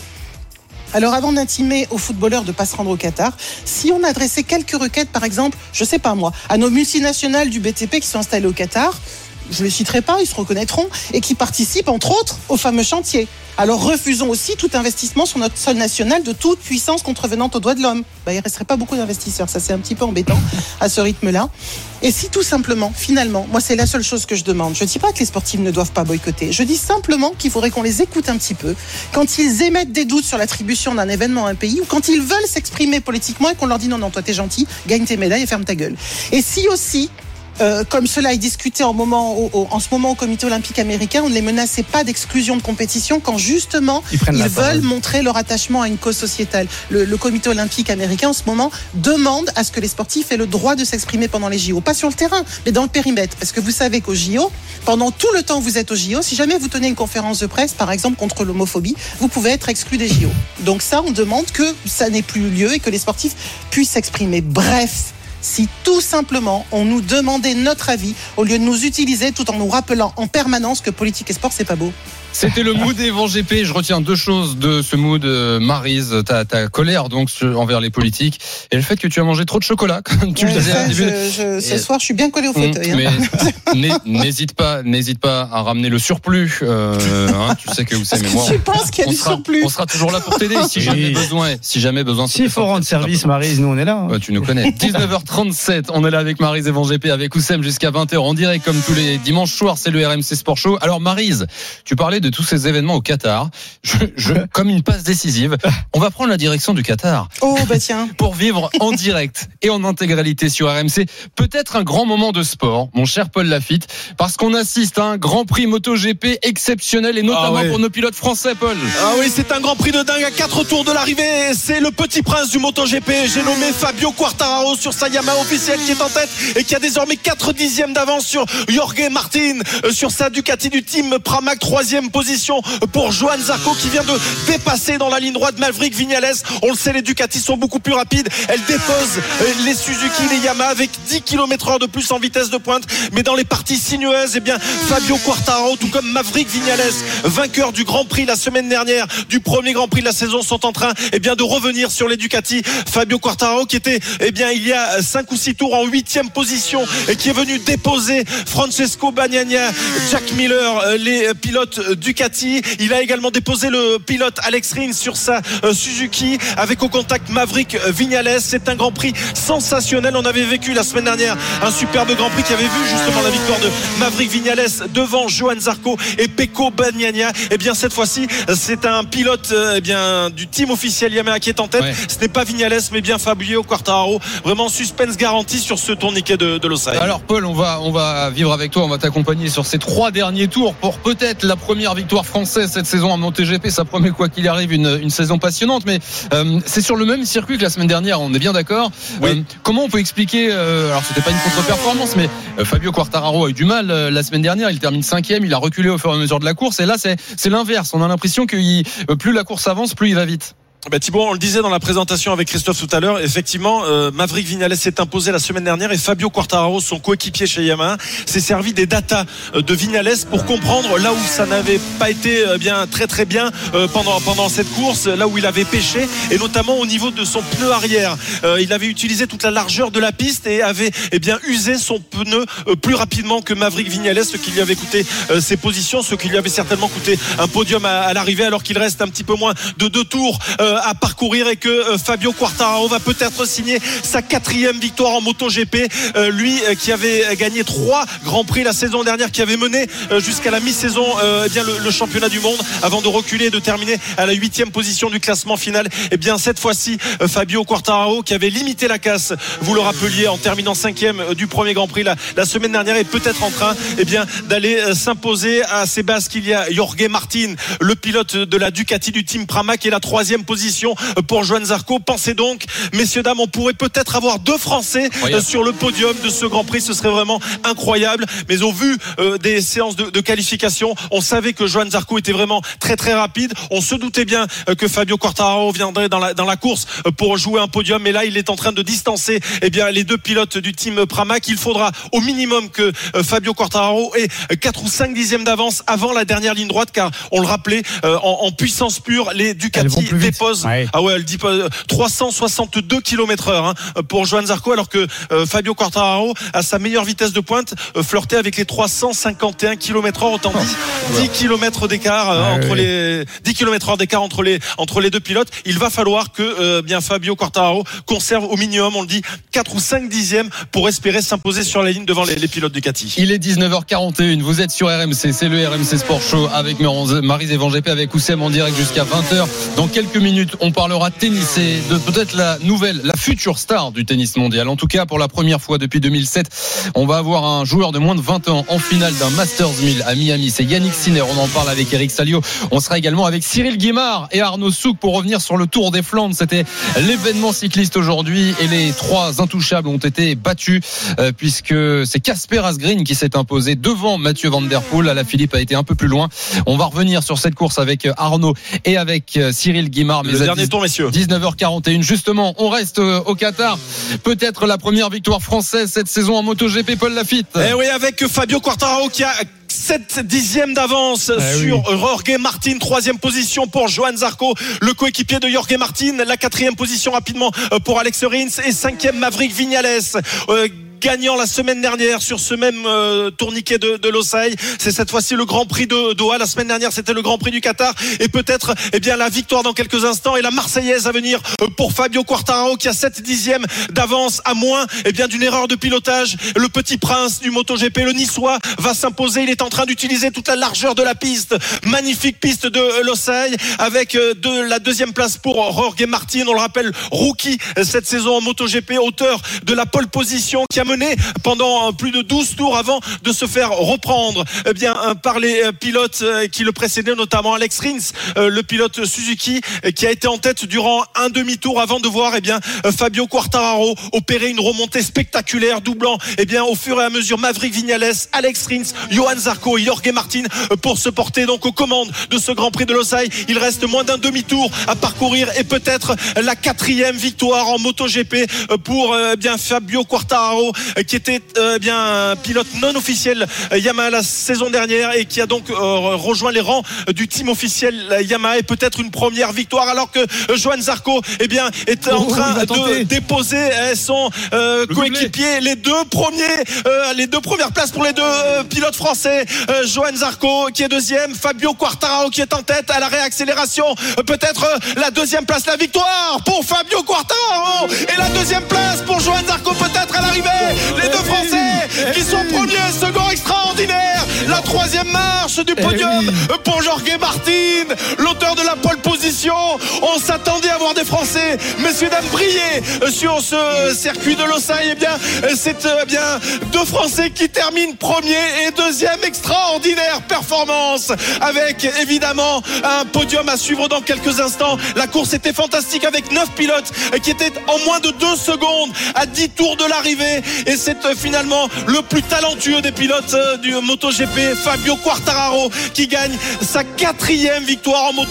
Alors avant d'intimer aux footballeurs de ne pas se rendre au Qatar, si on adressait quelques requêtes par exemple, je sais pas moi, à nos multinationales du BTP qui sont installées au Qatar, je ne les citerai pas, ils se reconnaîtront, et qui participent entre autres au fameux chantier. Alors refusons aussi tout investissement sur notre sol national de toute puissance contrevenante aux droits de l'homme. Il ne resterait pas beaucoup d'investisseurs, ça c'est un petit peu embêtant à ce rythme-là. Et si tout simplement, finalement, moi c'est la seule chose que je demande, je ne dis pas que les sportifs ne doivent pas boycotter, je dis simplement qu'il faudrait qu'on les écoute un petit peu quand ils émettent des doutes sur l'attribution d'un événement à un pays ou quand ils veulent s'exprimer politiquement et qu'on leur dit non, toi t'es gentil, gagne tes médailles et ferme ta gueule. Et si aussi... comme cela est discuté en ce moment au comité olympique américain, on ne les menaçait pas d'exclusion de compétition quand justement ils veulent montrer leur attachement à une cause sociétale. Le comité olympique américain en ce moment demande à ce que les sportifs aient le droit de s'exprimer pendant les JO, pas sur le terrain, mais dans le périmètre, parce que vous savez qu'aux JO, pendant tout le temps que vous êtes aux JO, si jamais vous tenez une conférence de presse, par exemple contre l'homophobie, vous pouvez être exclu des JO. Donc ça, on demande que ça n'ait plus lieu et que les sportifs puissent s'exprimer. Bref. Si tout simplement on nous demandait notre avis au lieu de nous utiliser tout en nous rappelant en permanence que politique et sport c'est pas beau. C'était le mood Evan GP. Je retiens deux choses de ce mood, Maryse, ta colère donc envers les politiques et le fait que tu as mangé trop de chocolat. Comme tu le disais au début. Ce soir, je suis bien collé au fauteuil. Mais n'hésite pas à ramener le surplus. Tu sais que vous savez, mais moi, tu penses qu'il y a du surplus. On sera toujours là pour t'aider si jamais besoin. S'il faut rendre service, Maryse, nous on est là. Tu nous connais. 19h37, on est là avec Maryse Evan GP, avec Oussem jusqu'à 20h en direct comme tous les dimanches soirs. C'est le RMC Sport Show. Alors Maryse, tu parlais de tous ces événements au Qatar, comme une passe décisive, on va prendre la direction du Qatar. Oh tiens. Pour vivre en direct et en intégralité sur RMC, peut-être un grand moment de sport, mon cher Paul Lafitte, parce qu'on assiste à un Grand Prix MotoGP exceptionnel et notamment pour nos pilotes français, Paul. Ah oui, c'est un Grand Prix de dingue à 4 tours de l'arrivée. C'est le petit prince du MotoGP. J'ai nommé Fabio Quartararo sur sa Yamaha officielle qui est en tête et qui a désormais 4 dixièmes d'avance sur Jorge Martin sur sa Ducati du team Pramac. 3e position pour Johan Zarco qui vient de dépasser dans la ligne droite Maverick Viñales. On le sait, les Ducati sont beaucoup plus rapides. Elles déposent les Suzuki, les Yamaha avec 10 km/h de plus en vitesse de pointe. Mais dans les parties sinueuses, Fabio Quartararo, tout comme Maverick Viñales, vainqueur du Grand Prix la semaine dernière, du premier Grand Prix de la saison, sont en train de revenir sur les Ducati. Fabio Quartararo qui était il y a 5 ou 6 tours en 8e position et qui est venu déposer Francesco Bagnaia, Jack Miller, les pilotes Ducati. Il a également déposé le pilote Alex Rins sur sa Suzuki avec au contact Maverick Viñales. C'est un Grand Prix sensationnel. On avait vécu la semaine dernière un superbe Grand Prix qui avait vu justement la victoire de Maverick Viñales devant Johan Zarco et Pecco Bagnaia. Cette fois-ci, c'est un pilote du team officiel Yamaha qui est en tête. Ce n'est pas Viñales mais bien Fabio Quartararo. Vraiment suspense garanti sur ce tourniquet de Losail. Alors Paul, on va vivre avec toi, on va t'accompagner sur ces 3 derniers tours pour peut-être la première victoire française cette saison en MotoGP. Ça promet quoi qu'il arrive une saison passionnante, mais c'est sur le même circuit que la semaine dernière, on est bien d'accord. Comment on peut expliquer, alors c'était pas une contre-performance, mais Fabio Quartararo a eu du mal la semaine dernière, il termine 5e, il a reculé au fur et à mesure de la course, et là c'est l'inverse, on a l'impression que plus la course avance, plus il va vite. Thibaut, on le disait dans la présentation avec Christophe tout à l'heure, effectivement, Maverick Viñales s'est imposé la semaine dernière et Fabio Quartararo, son coéquipier chez Yamaha, s'est servi des datas de Viñales pour comprendre là où ça n'avait pas été très bien pendant cette course, là où il avait pêché, et notamment au niveau de son pneu arrière. Il avait utilisé toute la largeur de la piste et avait usé son pneu plus rapidement que Maverick Viñales, ce qui lui avait coûté ses positions, ce qui lui avait certainement coûté un podium à l'arrivée, alors qu'il reste un petit peu moins de 2 tours à parcourir et que Fabio Quartararo va peut-être signer sa 4e victoire en MotoGP, lui qui avait gagné 3 Grands Prix la saison dernière, qui avait mené jusqu'à la mi-saison le championnat du monde avant de reculer et de terminer à la 8e position du classement final. Cette fois-ci Fabio Quartararo, qui avait limité la casse, vous le rappeliez, en terminant 5e du premier Grand Prix la semaine dernière, est peut-être en train d'aller s'imposer à ses bases qu'il y a Jorge Martin, le pilote de la Ducati du team Pramac, et la 3e position pour Johan Zarco. Pensez donc, messieurs dames, on pourrait peut-être avoir 2 Français sur le podium de ce Grand Prix, ce serait vraiment incroyable. Mais au vu des séances de qualification, on savait que Johan Zarco était vraiment très très rapide. On se doutait bien que Fabio Quartararo viendrait dans la course pour jouer un podium, mais là il est en train de distancer les 2 pilotes du team Pramac. Il faudra au minimum que Fabio Quartararo ait 4 ou 5 dixièmes d'avance avant la dernière ligne droite, car on le rappelait, en puissance pure, les Ducati déposent 362 km/h pour Johan Zarco, alors que Fabio Quartararo, à sa meilleure vitesse de pointe, flirtait avec les 351 km/h, autant 10 km d'écart entre les 10 km/h d'écart entre les 2 pilotes. Il va falloir que Fabio Quartararo conserve au minimum, on le dit, 4 ou 5 dixièmes pour espérer s'imposer sur la ligne devant les pilotes Ducati. Il est 19h41, vous êtes sur RMC, c'est le RMC Sport Show avec Maryse Evan GP, avec Oussem en direct jusqu'à 20h. Dans quelques minutes, on parlera tennis et de peut-être la future star du tennis mondial. En tout cas, pour la première fois depuis 2007, on va avoir un joueur de moins de 20 ans en finale d'un Masters 1000 à Miami. C'est Yannick Sinner. On en parle avec Eric Salio. On sera également avec Cyril Guimard et Arnaud Souk pour revenir sur le Tour des Flandres. C'était l'événement cycliste aujourd'hui et les 3 intouchables ont été battus puisque c'est Casper Asgreen qui s'est imposé devant Mathieu Van Der Poel. Alaphilippe a été un peu plus loin. On va revenir sur cette course avec Arnaud et avec Cyril Guimard. Le dernier tour, messieurs. 19h41. Justement, on reste au Qatar. Peut-être la première victoire française cette saison en MotoGP, Paul Lafitte. Oui, avec Fabio Quartararo qui a 7 dixièmes d'avance sur Jorge Martin. 3e position pour Johan Zarco, le coéquipier de Jorge Martin. La 4e position rapidement pour Alex Rins, et 5e Maverick Viñales, gagnant la semaine dernière sur ce même tourniquet de Losail. C'est cette fois-ci le Grand Prix de Doha. La semaine dernière, c'était le Grand Prix du Qatar, et peut-être la victoire dans quelques instants, et la Marseillaise à venir pour Fabio Quartararo, qui a 7 dixièmes d'avance, à moins d'une erreur de pilotage. Le petit prince du MotoGP, le Niçois, va s'imposer. Il est en train d'utiliser toute la largeur de la piste. Magnifique piste de Losail, avec la 2e place pour Jorge Martin. On le rappelle, rookie cette saison en MotoGP, auteur de la pole position, qui a mené pendant plus de 12 tours avant de se faire reprendre par les pilotes qui le précédaient, notamment Alex Rins, le pilote Suzuki, qui a été en tête durant un demi-tour avant de voir Fabio Quartararo opérer une remontée spectaculaire, doublant au fur et à mesure Maverick Viñales, Alex Rins, Johan Zarco et Jorge Martin pour se porter donc aux commandes de ce Grand Prix de Losail. Il reste moins d'un demi-tour à parcourir, et peut-être la 4e victoire en MotoGP pour Fabio Quartararo, qui était un pilote non officiel Yamaha la saison dernière, et qui a donc rejoint les rangs du team officiel Yamaha, et peut-être une première victoire, alors que Johan Zarco est en train de déposer son coéquipier. Les deux premières places pour les 2 pilotes français. Johan Zarco qui est 2e, Fabio Quartararo qui est en tête à la réaccélération. Peut-être la 2e place, la victoire pour Fabio Quartararo, et la 2e place pour Johan Zarco peut-être à l'arrivée. Les 2 Français qui sont premiers, second extraordinaire. La 3e marche du podium pour Jorge Martin, l'auteur de la pole position. On s'attendait à voir des Français, messieurs dames, briller sur ce circuit de Losail. C'est 2 Français qui terminent premier et 2e. Extraordinaire performance, avec évidemment un podium à suivre dans quelques instants. La course était fantastique, avec 9 pilotes qui étaient en moins de 2 secondes à 10 tours de l'arrivée, et c'est finalement le plus talentueux des pilotes du MotoGP, Fabio Quartararo, qui gagne sa 4e victoire en MotoGP.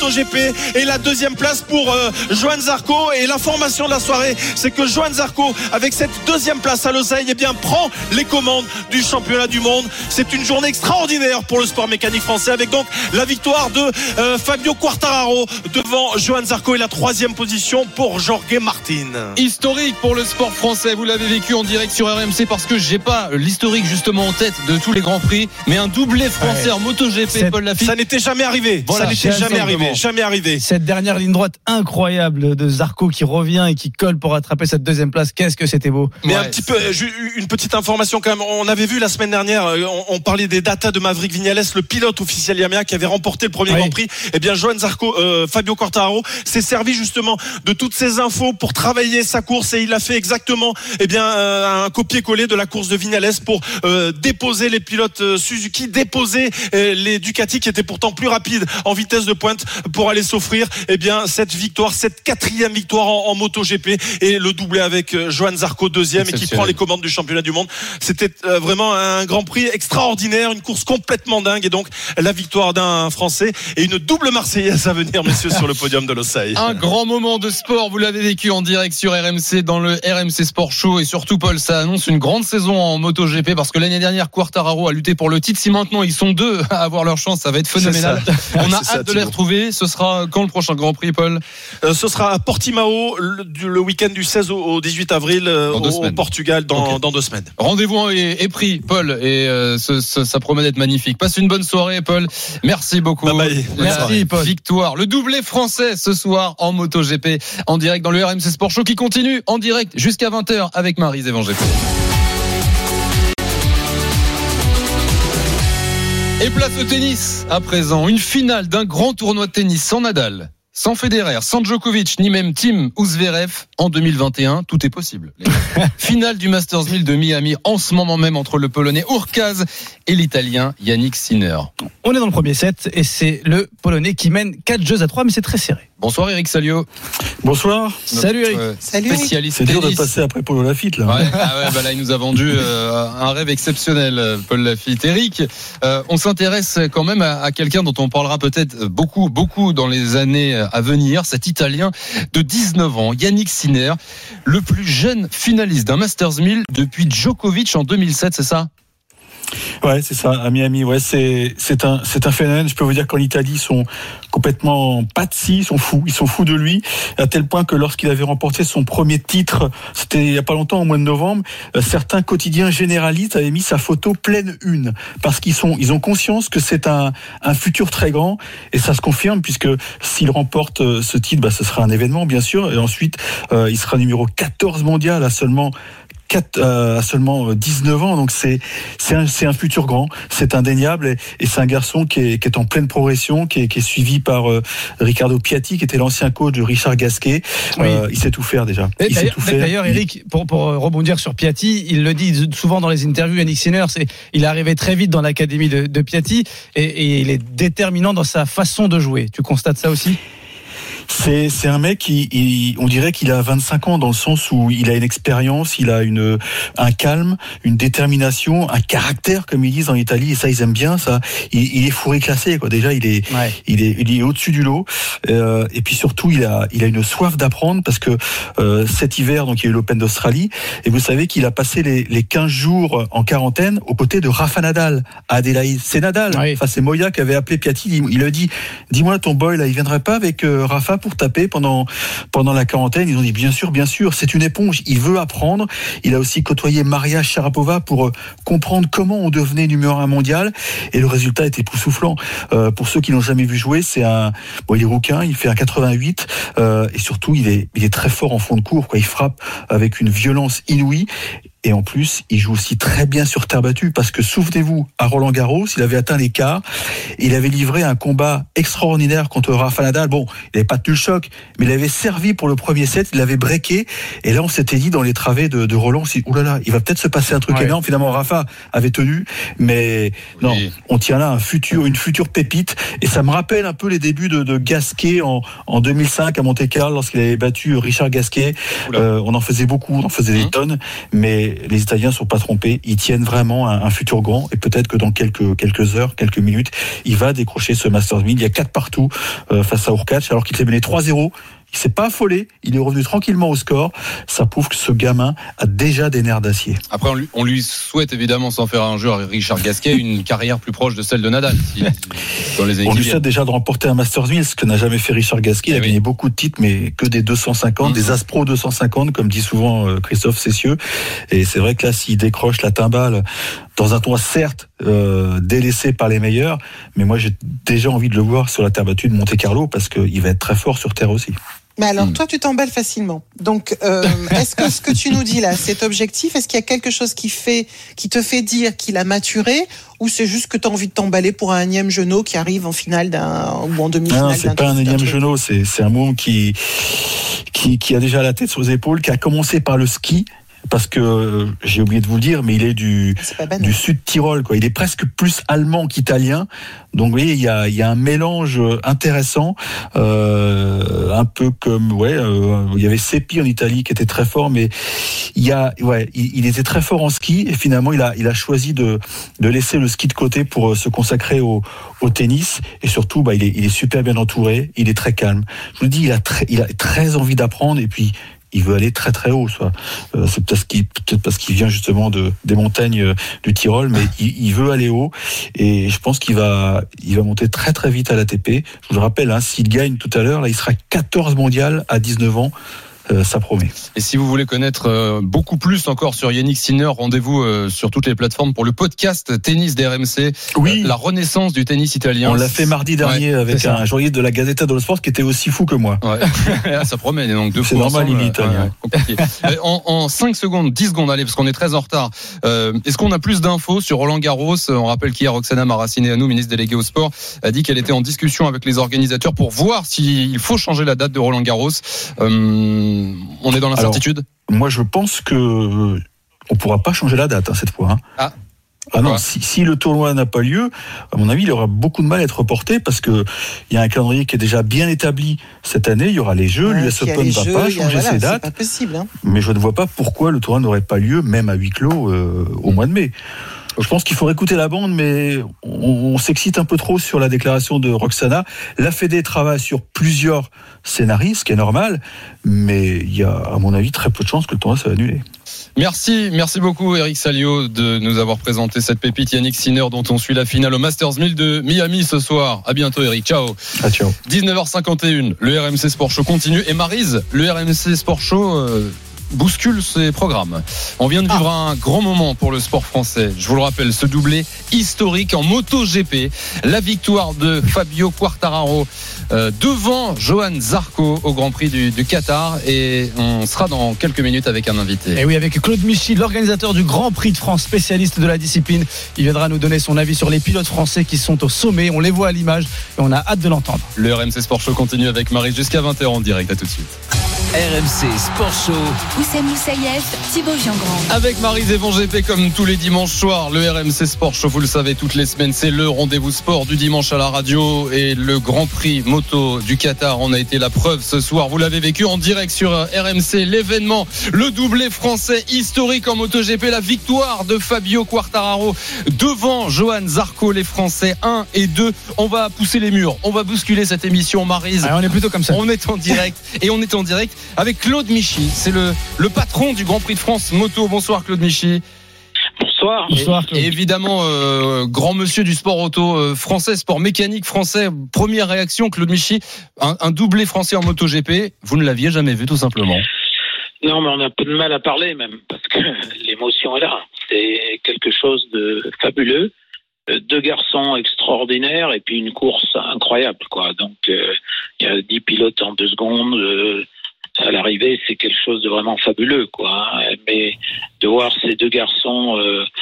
MotoGP et la deuxième place pour Johan Zarco. Et l'information de la soirée, c'est que Johan Zarco, avec cette deuxième place à Losail, eh bien, prend les commandes du championnat du monde. C'est une journée extraordinaire pour le sport mécanique français, avec donc la victoire de Fabio Quartararo devant Johan Zarco et la 3e position pour Jorge Martin. Historique pour le sport français, vous l'avez vécu en direct sur RMC, parce que j'ai pas l'historique justement en tête de tous les grands prix, mais un doublé français en MotoGP, Paul Lafitte. Ça n'était jamais arrivé. Voilà, ça n'était jamais arrivé. Cette dernière ligne droite incroyable de Zarco qui revient et qui colle pour attraper cette deuxième place, qu'est-ce que c'était beau. Mais un petit peu, une petite information quand même. On avait vu la semaine dernière, on parlait des datas de Maverick Viñales, le pilote officiel Yamaha qui avait remporté le premier Grand Prix. Eh bien, Johan Zarco, Fabio Quartararo s'est servi justement de toutes ces infos pour travailler sa course, et il a fait exactement, eh bien, un copier-coller de la course de Viñales pour déposer les pilotes Suzuki, déposer les Ducati qui étaient pourtant plus rapides en vitesse de pointe pour aller s'offrir, eh bien, cette victoire, cette 4e victoire en MotoGP, et le doublé avec Johan Zarco 2e et qui prend les commandes du championnat du monde. C'était vraiment un Grand Prix extraordinaire, une course complètement dingue, et donc la victoire d'un Français et une double Marseillaise à venir, messieurs, sur le podium de Losail. Un grand moment de sport, vous l'avez vécu en direct sur RMC dans le RMC Sport Show, et surtout, Paul, ça annonce une grande saison en MotoGP, parce que l'année dernière, Quartararo a lutté pour le titre. Si maintenant ils sont 2 à avoir leur chance, ça va être phénoménal. On a hâte de les retrouver. Ce sera quand le prochain Grand Prix, Paul? Ce sera à Portimao le week-end du 16 au 18 avril au Portugal dans 2 semaines. Rendez-vous est pris, Paul, et ça promet d'être magnifique. Passe une bonne soirée, Paul. Merci beaucoup. Bye bye. Merci, Paul. Victoire, le doublé français ce soir en MotoGP, en direct dans le RMC Sport Show, qui continue en direct jusqu'à 20h avec Maryse Evangé. Et place au tennis à présent. Une finale d'un grand tournoi de tennis sans Nadal, sans Federer, sans Djokovic, ni même Tim ou Zverev en 2021. Tout est possible. Finale du Masters 1000 de Miami en ce moment même entre le Polonais Hurkacz et l'Italien Yannick Sinner. On est dans le premier set et c'est le Polonais qui mène 4-3, mais c'est très serré. Bonsoir Eric Salio. Bonsoir. Salut Eric. Salut Spécialiste C'est dur tennis. de passer après Paul Lafitte là. Là il nous a vendu un rêve exceptionnel, Paul Lafitte. Eric, on s'intéresse quand même à quelqu'un dont on parlera peut-être beaucoup dans les années à venir, cet Italien de 19 ans, Yannick Sinner, le plus jeune finaliste d'un Masters 1000 depuis Djokovic en 2007, c'est ça? Ouais, c'est ça, à Miami. Ouais, c'est un phénomène. Je peux vous dire qu'en Italie, ils sont complètement patsy, ils sont fous de lui, à tel point que lorsqu'il avait remporté son premier titre, c'était il y a pas longtemps, au mois de novembre, certains quotidiens généralistes avaient mis sa photo pleine une, parce ils ont conscience que c'est un futur très grand, et ça se confirme, puisque s'il remporte ce titre, ce sera un événement, bien sûr, et ensuite, il sera numéro 14 mondial à seulement 19 ans, donc c'est un futur grand, c'est indéniable, et c'est un garçon qui est en pleine progression, qui est suivi par Riccardo Piatti, qui était l'ancien coach de Richard Gasquet. Oui. Il sait tout faire déjà. D'ailleurs, Eric, pour rebondir sur Piatti, il le dit souvent dans les interviews, Yannick Sinner, il est arrivé très vite dans l'académie de Piatti, et il est déterminant dans sa façon de jouer. Tu constates ça aussi ? C'est un mec on dirait qu'il a 25 ans, dans le sens où il a une expérience, il a un calme, une détermination, un caractère, comme ils disent en Italie, et ça ils aiment bien ça. Il est fourré classé, quoi. Déjà il est au-dessus du lot, et puis surtout il a une soif d'apprendre, parce que cet hiver, donc il y a eu l'Open d'Australie, et vous savez qu'il a passé les 15 jours en quarantaine aux côtés de Rafa Nadal à Adélaïde. C'est Nadal, c'est Moya qui avait appelé Piatti, il a dit, dis-moi ton boy là, il viendrait pas avec Rafa pour taper pendant la quarantaine? Ils ont dit bien sûr, c'est une éponge, il veut apprendre. Il a aussi côtoyé Maria Sharapova pour comprendre comment on devenait numéro 1 mondial, et le résultat était époustouflant. Pour ceux qui l'ont jamais vu jouer, il est rouquin, il fait un 88, et surtout il est très fort en fond de court, quoi. Il frappe avec une violence inouïe. Et en plus, il joue aussi très bien sur terre battue, parce que souvenez-vous, à Roland-Garros, il avait atteint les quarts, il avait livré un combat extraordinaire contre Rafa Nadal. Bon, il n'avait pas tenu le choc, mais il avait servi pour le premier set, il l'avait breaké, et là on s'était dit dans les travées de Roland, oulala, il va peut-être se passer un truc énorme. Finalement, Rafa avait tenu, mais non, on tient là une future pépite, et ça me rappelle un peu les débuts de Gasquet en 2005 à Monte-Carlo, lorsqu'il avait battu Richard Gasquet. On en faisait beaucoup, on en faisait des tonnes, mais mais les Italiens sont pas trompés. Ils tiennent vraiment un futur grand, et peut-être que dans quelques heures, quelques minutes, il va décrocher ce Masters 1000. Il y a 4 partout face à Hurkacz, alors qu'il s'est mené 3-0. Il s'est pas affolé, il est revenu tranquillement au score. Ça prouve que ce gamin a déjà des nerfs d'acier. Après, on lui souhaite évidemment, sans faire injure à Richard Gasquet, une carrière plus proche de celle de Nadal. Dans les on lui souhaite déjà de remporter un Masters 1000, ce que n'a jamais fait Richard Gasquet. Il a gagné beaucoup de titres, mais que des 250, des As-Pro 250, comme dit souvent Christophe Cessieux. Et c'est vrai que là, s'il décroche la timbale dans un tournoi certes délaissé par les meilleurs, mais moi j'ai déjà envie de le voir sur la terre battue de Monte-Carlo, parce qu'il va être très fort sur terre aussi. Mais alors, toi, tu t'emballes facilement. Donc, est-ce que ce que tu nous dis là, c'est objectif? Est-ce qu'il y a quelque chose qui te fait dire qu'il a maturé, ou c'est juste que tu as envie de t'emballer pour un énième genou qui arrive en finale ou en demi-finale? Non, c'est pas un énième genou, c'est un môme qui a déjà la tête sur les épaules, qui a commencé par le ski. Parce que j'ai oublié de vous le dire, mais il est du sud Tyrol, quoi. Il est presque plus allemand qu'italien. Donc vous voyez, il y a un mélange intéressant, un peu comme il y avait Seppi en Italie qui était très fort, mais il était très fort en ski, et finalement il a choisi de laisser le ski de côté pour se consacrer au tennis, et surtout il est super bien entouré, il est très calme. Je vous le dis, il a très envie d'apprendre, et puis il veut aller très très haut. C'est peut-être parce qu'il vient justement des montagnes du Tyrol, mais il veut aller haut, et je pense qu'il va monter très très vite à l'ATP. Je vous le rappelle, s'il gagne tout à l'heure, là, il sera 14 mondial à 19 ans. Ça promet. Et si vous voulez connaître beaucoup plus encore sur Yannick Sinner, rendez-vous sur toutes les plateformes pour le podcast tennis d'RMC. Oui. La renaissance du tennis italien. On l'a fait mardi dernier avec un journaliste de la Gazzetta dello Sport qui était aussi fou que moi. Ouais. Ça promet, donc 2 fois. C'est normal, il est italien. En 5 secondes, 10 secondes, allez, parce qu'on est très en retard. Est-ce qu'on a plus d'infos sur Roland Garros? On rappelle qu'hier, Roxana Maracineanu, ministre déléguée au sport, a dit qu'elle était en discussion avec les organisateurs pour voir s'il faut changer la date de Roland Garros. On est dans l'incertitude. Moi, je pense que on pourra pas changer la date cette fois. Non, si le tournoi n'a pas lieu, à mon avis, il aura beaucoup de mal à être reporté, parce que il y a un calendrier qui est déjà bien établi cette année. Il y aura les Jeux, l'US Open ne va pas changer ses dates. C'est pas possible. Mais je ne vois pas pourquoi le tournoi n'aurait pas lieu, même à huis clos, au mois de mai. Je pense qu'il faut écouter la bande, mais on s'excite un peu trop sur la déclaration de Roxana. La Fédé travaille sur plusieurs scénarios, ce qui est normal, mais il y a, à mon avis, très peu de chances que le tournoi soit annulé. Merci beaucoup Eric Salio de nous avoir présenté cette pépite Yannick Sinner, dont on suit la finale au Masters 1000 de Miami ce soir. À bientôt Eric, ciao. Ciao. 19h51, le RMC Sport Show continue, et Maryse, le RMC Sport Show bouscule ses programmes. On vient de vivre un grand moment pour le sport français. Je vous le rappelle, ce doublé historique en MotoGP, la victoire de Fabio Quartararo devant Johan Zarco au Grand Prix du Qatar, et on sera dans quelques minutes avec un invité. Et oui, avec Claude Michy, l'organisateur du Grand Prix de France, spécialiste de la discipline. Il viendra nous donner son avis sur les pilotes français qui sont au sommet. On les voit à l'image et on a hâte de l'entendre. Le RMC Sport Show continue avec Maryse jusqu'à 20h en direct. À tout de suite. RMC Sport Show. Oussem Moussaïef, Thibaut Giangrand. Avec Maryse et Van GP comme tous les dimanches soirs, le RMC Sport Show, vous le savez, toutes les semaines, c'est le rendez-vous sport du dimanche à la radio, et le Grand Prix moto du Qatar en a été la preuve ce soir. Vous l'avez vécu en direct sur RMC, l'événement, le doublé français historique en MotoGP, la victoire de Fabio Quartararo devant Johan Zarco, les Français 1 et 2. On va pousser les murs, on va bousculer cette émission, Maryse. On est plutôt comme ça. On est en direct, et on est en direct avec Claude Michy. C'est le patron du Grand Prix de France moto. Bonsoir Claude Michy. Bonsoir. Et évidemment, grand monsieur du sport auto français, sport mécanique français. Première réaction, Claude Michy, un doublé français en MotoGP, vous ne l'aviez jamais vu tout simplement? Non, mais on a un peu de mal à parler même, parce que l'émotion est là. C'est quelque chose de fabuleux. 2 garçons extraordinaires, et puis une course incroyable, quoi. Donc, il y a 10 pilotes en 2 secondes. À l'arrivée, c'est quelque chose de vraiment fabuleux, quoi. Mais de voir ces 2 garçons,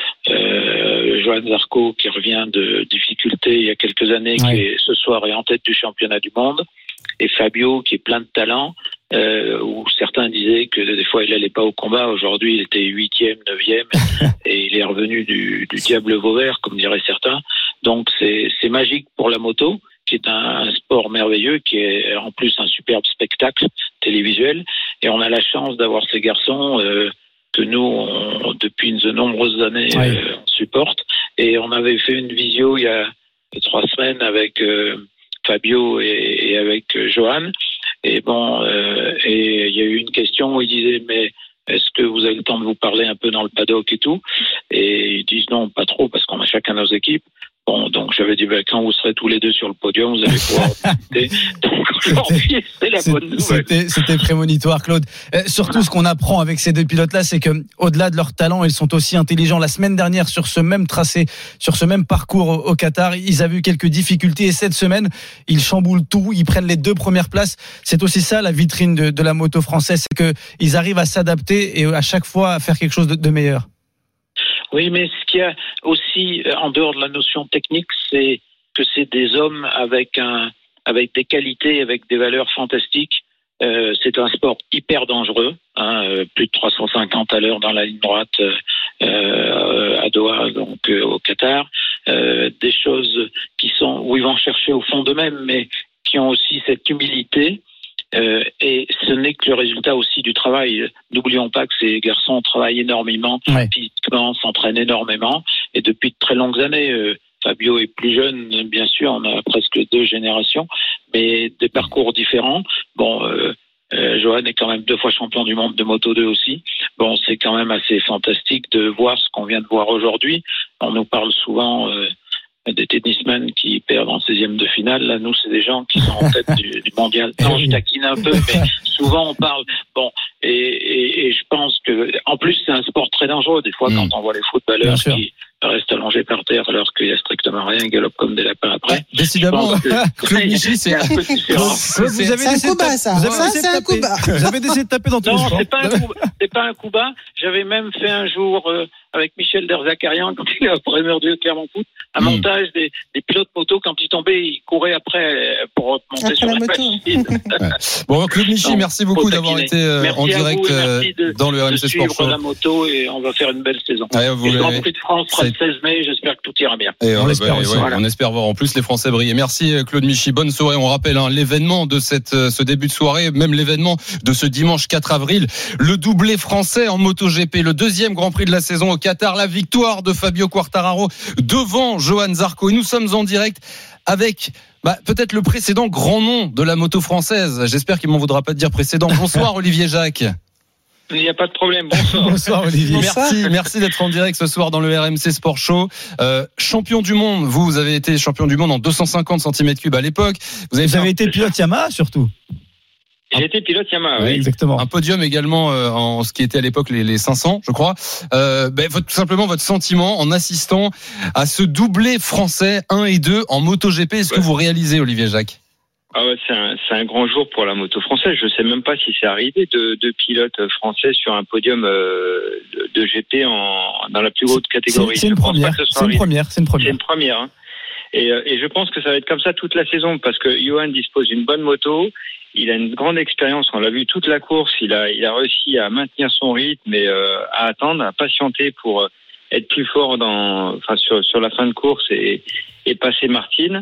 Johan Zarco qui revient de difficultés il y a quelques années, qui ce soir est en tête du championnat du monde, et Fabio qui est plein de talent, où certains disaient que des fois il n'allait pas au combat. Aujourd'hui, il était 8e, 9e, et il est revenu du diable Vauvert, comme diraient certains. Donc c'est magique pour la moto, qui est un sport merveilleux, qui est en plus un superbe spectacle télévisuel. Et on a la chance d'avoir ces garçons, que nous, depuis de nombreuses années, on supporte. Et on avait fait une visio il y a 3 semaines avec Fabio et avec Johan. Et bon, et il y a eu une question où ils disaient, mais est-ce que vous avez le temps de vous parler un peu dans le paddock et tout? Et ils disent non, pas trop, parce qu'on a chacun nos équipes. Bon, donc j'avais dit, quand vous serez tous les deux sur le podium, vous allez pouvoir discuter. Donc aujourd'hui, c'est la bonne nouvelle. C'était prémonitoire, Claude. Surtout, ce qu'on apprend avec ces deux pilotes-là, c'est que au-delà de leur talent, ils sont aussi intelligents. La semaine dernière, sur ce même tracé, sur ce même parcours au Qatar, ils avaient eu quelques difficultés. Et cette semaine, ils chamboulent tout. Ils prennent les 2 premières places. C'est aussi ça, la vitrine de la moto française. C'est qu'ils arrivent à s'adapter et à chaque fois à faire quelque chose de meilleur. Oui, mais ce qu'il y a aussi, en dehors de la notion technique, c'est que c'est des hommes avec des qualités, avec des valeurs fantastiques. C'est un sport hyper dangereux, plus de 350 à l'heure dans la ligne droite à Doha, donc au Qatar. Des choses où ils vont chercher au fond d'eux-mêmes, mais qui ont aussi cette humilité. Et ce n'est que le résultat aussi du travail. N'oublions pas que ces garçons travaillent énormément, physiquement, s'entraînent énormément, et depuis de très longues années. Fabio est plus jeune, bien sûr, on a presque 2 générations, mais des parcours différents. Bon, Johan est quand même 2 fois champion du monde de Moto 2 aussi. Bon, c'est quand même assez fantastique de voir ce qu'on vient de voir aujourd'hui. On nous parle souvent des tennismen qui perdent en 16e de finale. Là, nous, c'est des gens qui sont en tête du mondial. Non, je taquine un peu, mais souvent on parle. Bon, et je pense que, en plus, c'est un sport très dangereux. Des fois, quand on voit les footballeurs qui restent allongés par terre alors qu'il y a strictement rien, ils galopent comme des lapins après. Décidément, Claude Michy, c'est un peu différent. C'est un coup bas, ça. Ça, c'est un coup bas. Vous avez décidé de taper dans tous les sports. Non, c'est pas un coup bas. J'avais même fait un jour avec Michel Derzakarian, quand il est entraîneur de Clermont-Foot, un montage des pilotes moto. Quand ils tombaient, ils couraient après pour monter sur la machine. Bon, Claude Michy, merci beaucoup d'avoir été en direct dans le RMC Sport Show. La moto, et on va faire une belle saison. Et le Grand Prix de France sera le 16 mai. J'espère que tout ira bien. Et on espère voir en plus les Français briller. Merci Claude Michy. Bonne soirée. On rappelle l'événement de ce début de soirée, même l'événement de ce dimanche 4 avril. Le doublé français en MotoGP, le 2e Grand Prix de la saison au Qatar, la victoire de Fabio Quartararo devant Johan Zarco. Et nous sommes en direct avec peut-être le précédent grand nom de la moto française. J'espère qu'il m'en voudra pas de dire précédent. Bonsoir Olivier Jacques. Il n'y a pas de problème. Bonsoir. Bonsoir Olivier. Merci d'être en direct ce soir dans le RMC Sport Show. Champion du monde. Vous avez été champion du monde en 250 cm3 à l'époque. Vous avez été pilote Yamaha surtout. J'ai été pilote Yamaha. Oui, exactement. Un podium également en ce qui était à l'époque les 500, je crois. Tout simplement votre sentiment en assistant à ce doublé français 1 et 2 en MotoGP. Est-ce que vous réalisez, Olivier Jacques? Ah ouais, c'est un grand jour pour la moto française. Je sais même pas si c'est arrivé de pilotes français sur un podium de GP dans la plus haute catégorie. C'est une première. C'est une première. Hein. Et je pense que ça va être comme ça toute la saison, parce que Johan dispose d'une bonne moto. Il a une grande expérience. On l'a vu toute la course. Il a réussi à maintenir son rythme et à attendre, à patienter pour être plus fort sur la fin de course et passer Martin.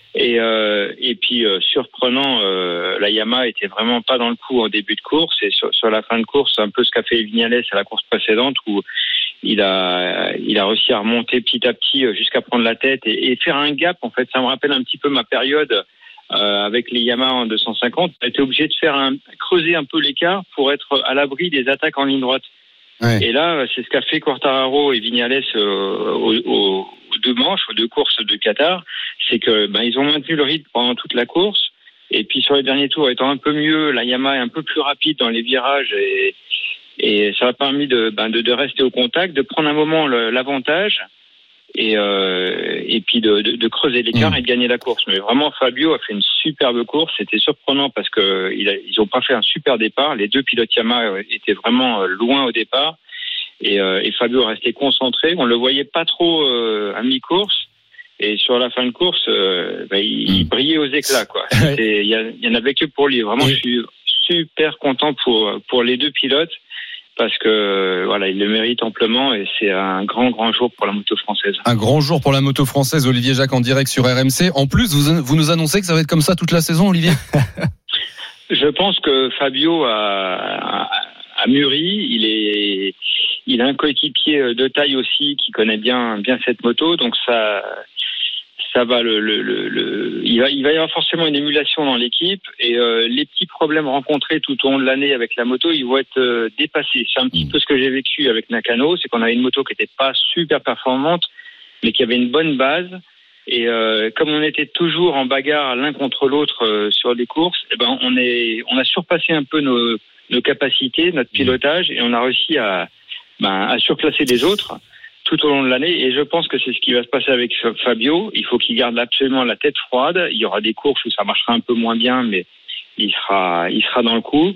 Et puis surprenant, la Yamaha était vraiment pas dans le coup au début de course, et sur la fin de course, un peu ce qu'a fait Vignales à la course précédente, où il a réussi à remonter petit à petit jusqu'à prendre la tête et faire un gap. En fait, ça me rappelle un petit peu ma période avec les Yamaha en 250. On a été obligé de creuser un peu l'écart pour être à l'abri des attaques en ligne droite. Ouais. Et là, c'est ce qu'a fait Quartararo et Vignales aux 2 manches, aux 2 courses de Qatar. C'est que ils ont maintenu le rythme pendant toute la course. Et puis sur les derniers tours, étant un peu mieux, la Yamaha est un peu plus rapide dans les virages, et ça a permis de rester au contact, de prendre un moment l'avantage, et puis de creuser l'écart et de gagner la course. Mais vraiment, Fabio a fait une superbe course. C'était surprenant parce que ils ont pas fait un super départ. Les 2 pilotes Yamaha étaient vraiment loin au départ, et Fabio restait concentré. On le voyait pas trop à mi-course, et sur la fin de course, il brillait aux éclats, quoi. Il y en avait que pour lui. Vraiment, je suis super content pour les 2 pilotes, parce que il le mérite amplement, et c'est un grand jour pour la moto française. Un grand jour pour la moto française. Olivier Jacques en direct sur RMC. En plus, vous nous annoncez que ça va être comme ça toute la saison, Olivier? Je pense que Fabio a mûri. il a un coéquipier de taille aussi qui connaît bien cette moto, donc ça va il va y avoir forcément une émulation dans l'équipe et les petits problèmes rencontrés tout au long de l'année avec la moto, ils vont être dépassés. C'est un petit peu ce que j'ai vécu avec Nakano, c'est qu'on avait une moto qui n'était pas super performante, mais qui avait une bonne base. Et comme on était toujours en bagarre l'un contre l'autre sur les courses, on a surpassé un peu nos capacités, notre pilotage, et on a réussi à surclasser les autres tout au long de l'année. Et je pense que c'est ce qui va se passer avec Fabio. Il faut qu'il garde absolument la tête froide. Il y aura des courses où ça marchera un peu moins bien, mais il sera dans le coup.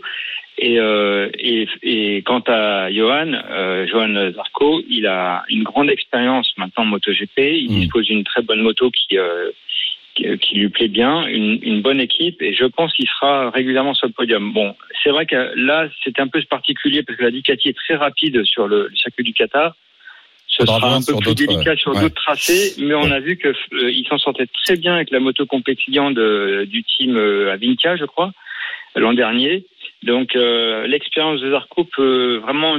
Et quant à Johan Zarco, il a une grande expérience maintenant en MotoGP. Il dispose d'une très bonne moto qui lui plaît bien, une bonne équipe, et je pense qu'il sera régulièrement sur le podium. Bon, c'est vrai que là, c'est un peu particulier parce que la Ducati est très rapide sur le circuit du Qatar. Ce sera un peu plus délicat sur d'autres tracés, mais on a vu qu'il s'en sortait très bien avec la moto compétition du team Avintia, je crois, l'an dernier. Donc l'expérience de Zarco peut vraiment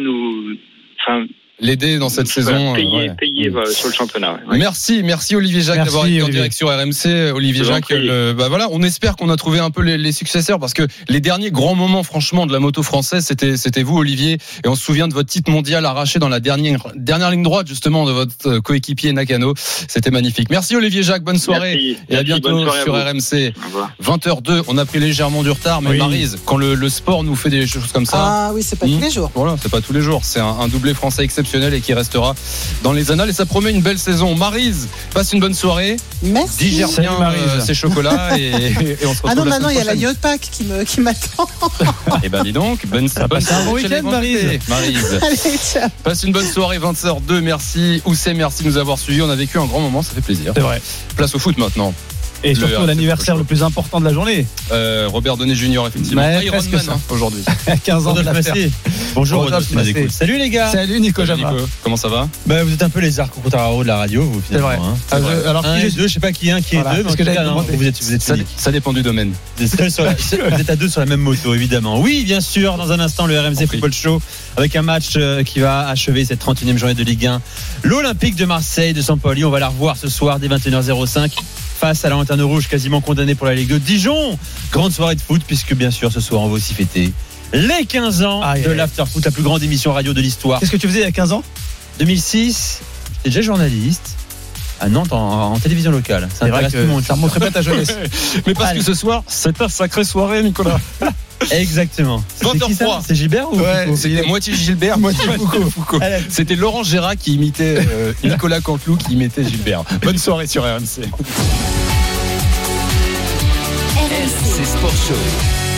l'aider dans cette saison. Payer sur le championnat. Ouais. Merci Olivier Jacques d'avoir été en direct sur RMC. Olivier Jacques, on espère qu'on a trouvé un peu les successeurs, parce que les derniers grands moments, franchement, de la moto française, c'était vous, Olivier. Et on se souvient de votre titre mondial arraché dans la dernière ligne droite, justement, de votre coéquipier Nakano. C'était magnifique. Merci Olivier Jacques, bonne soirée. Et à bientôt sur RMC. 20h02, on a pris légèrement du retard, mais Maryse, quand le sport nous fait des choses comme ça. Ah oui, c'est pas tous les jours. Voilà, c'est pas tous les jours. C'est un doublé français exceptionnel et qui restera dans les annales, et ça promet une belle saison. Maryse, passe une bonne soirée. Merci. Digère bien ces chocolats et on se retrouve. Ah non, maintenant il y a la Yacht Pack qui m'attend. Eh ben dis donc, bonne un bon week-end, Maryse. Allez, ciao. Passe une bonne soirée, 20h02. Merci Oussem, merci de nous avoir suivis. On a vécu un grand moment, ça fait plaisir. C'est vrai. Place au foot maintenant. Et surtout l'anniversaire le plus important de la journée. Robert Donet Junior, effectivement. Ironman aujourd'hui. 15 ans de l'affaire. Bonjour Rodolphe. Salut les gars. Salut Nico Jama. Comment ça va? Vous êtes un peu les Arco Cotararo de la radio, vous finalement. C'est vrai. Alors qui est deux, je sais pas qui est un, qui est deux, mais en tout cas, vous êtes ça dépend du domaine. Vous êtes à deux sur la même moto, évidemment. Oui, bien sûr, dans un instant, le RMC Football Show, avec un match qui va achever cette 31e journée de Ligue 1. L'Olympique de Marseille de Sampoli, on va la revoir ce soir dès 21h05. Face à la Lanterne Rouge, quasiment condamnée pour la Ligue 2. Dijon, grande soirée de foot, puisque bien sûr ce soir on va aussi fêter les 15 ans de l'Afterfoot, la plus grande émission radio de l'histoire. Qu'est-ce que tu faisais il y a 15 ans? 2006, j'étais déjà journaliste à Nantes en télévision locale. Ça intéresse tout le monde. Ça ne montrait pas ta jeunesse. Mais parce que ce soir, c'est une sacrée soirée, Nicolas. Exactement. C'est qui ça? C'est Gilbert ou Foucault? C'est moitié Gilbert, moitié Foucault. C'était Laurent Gérard qui imitait Nicolas Canteloup qui imitait Gilbert. Bonne soirée sur RMC. RMC Sport Show.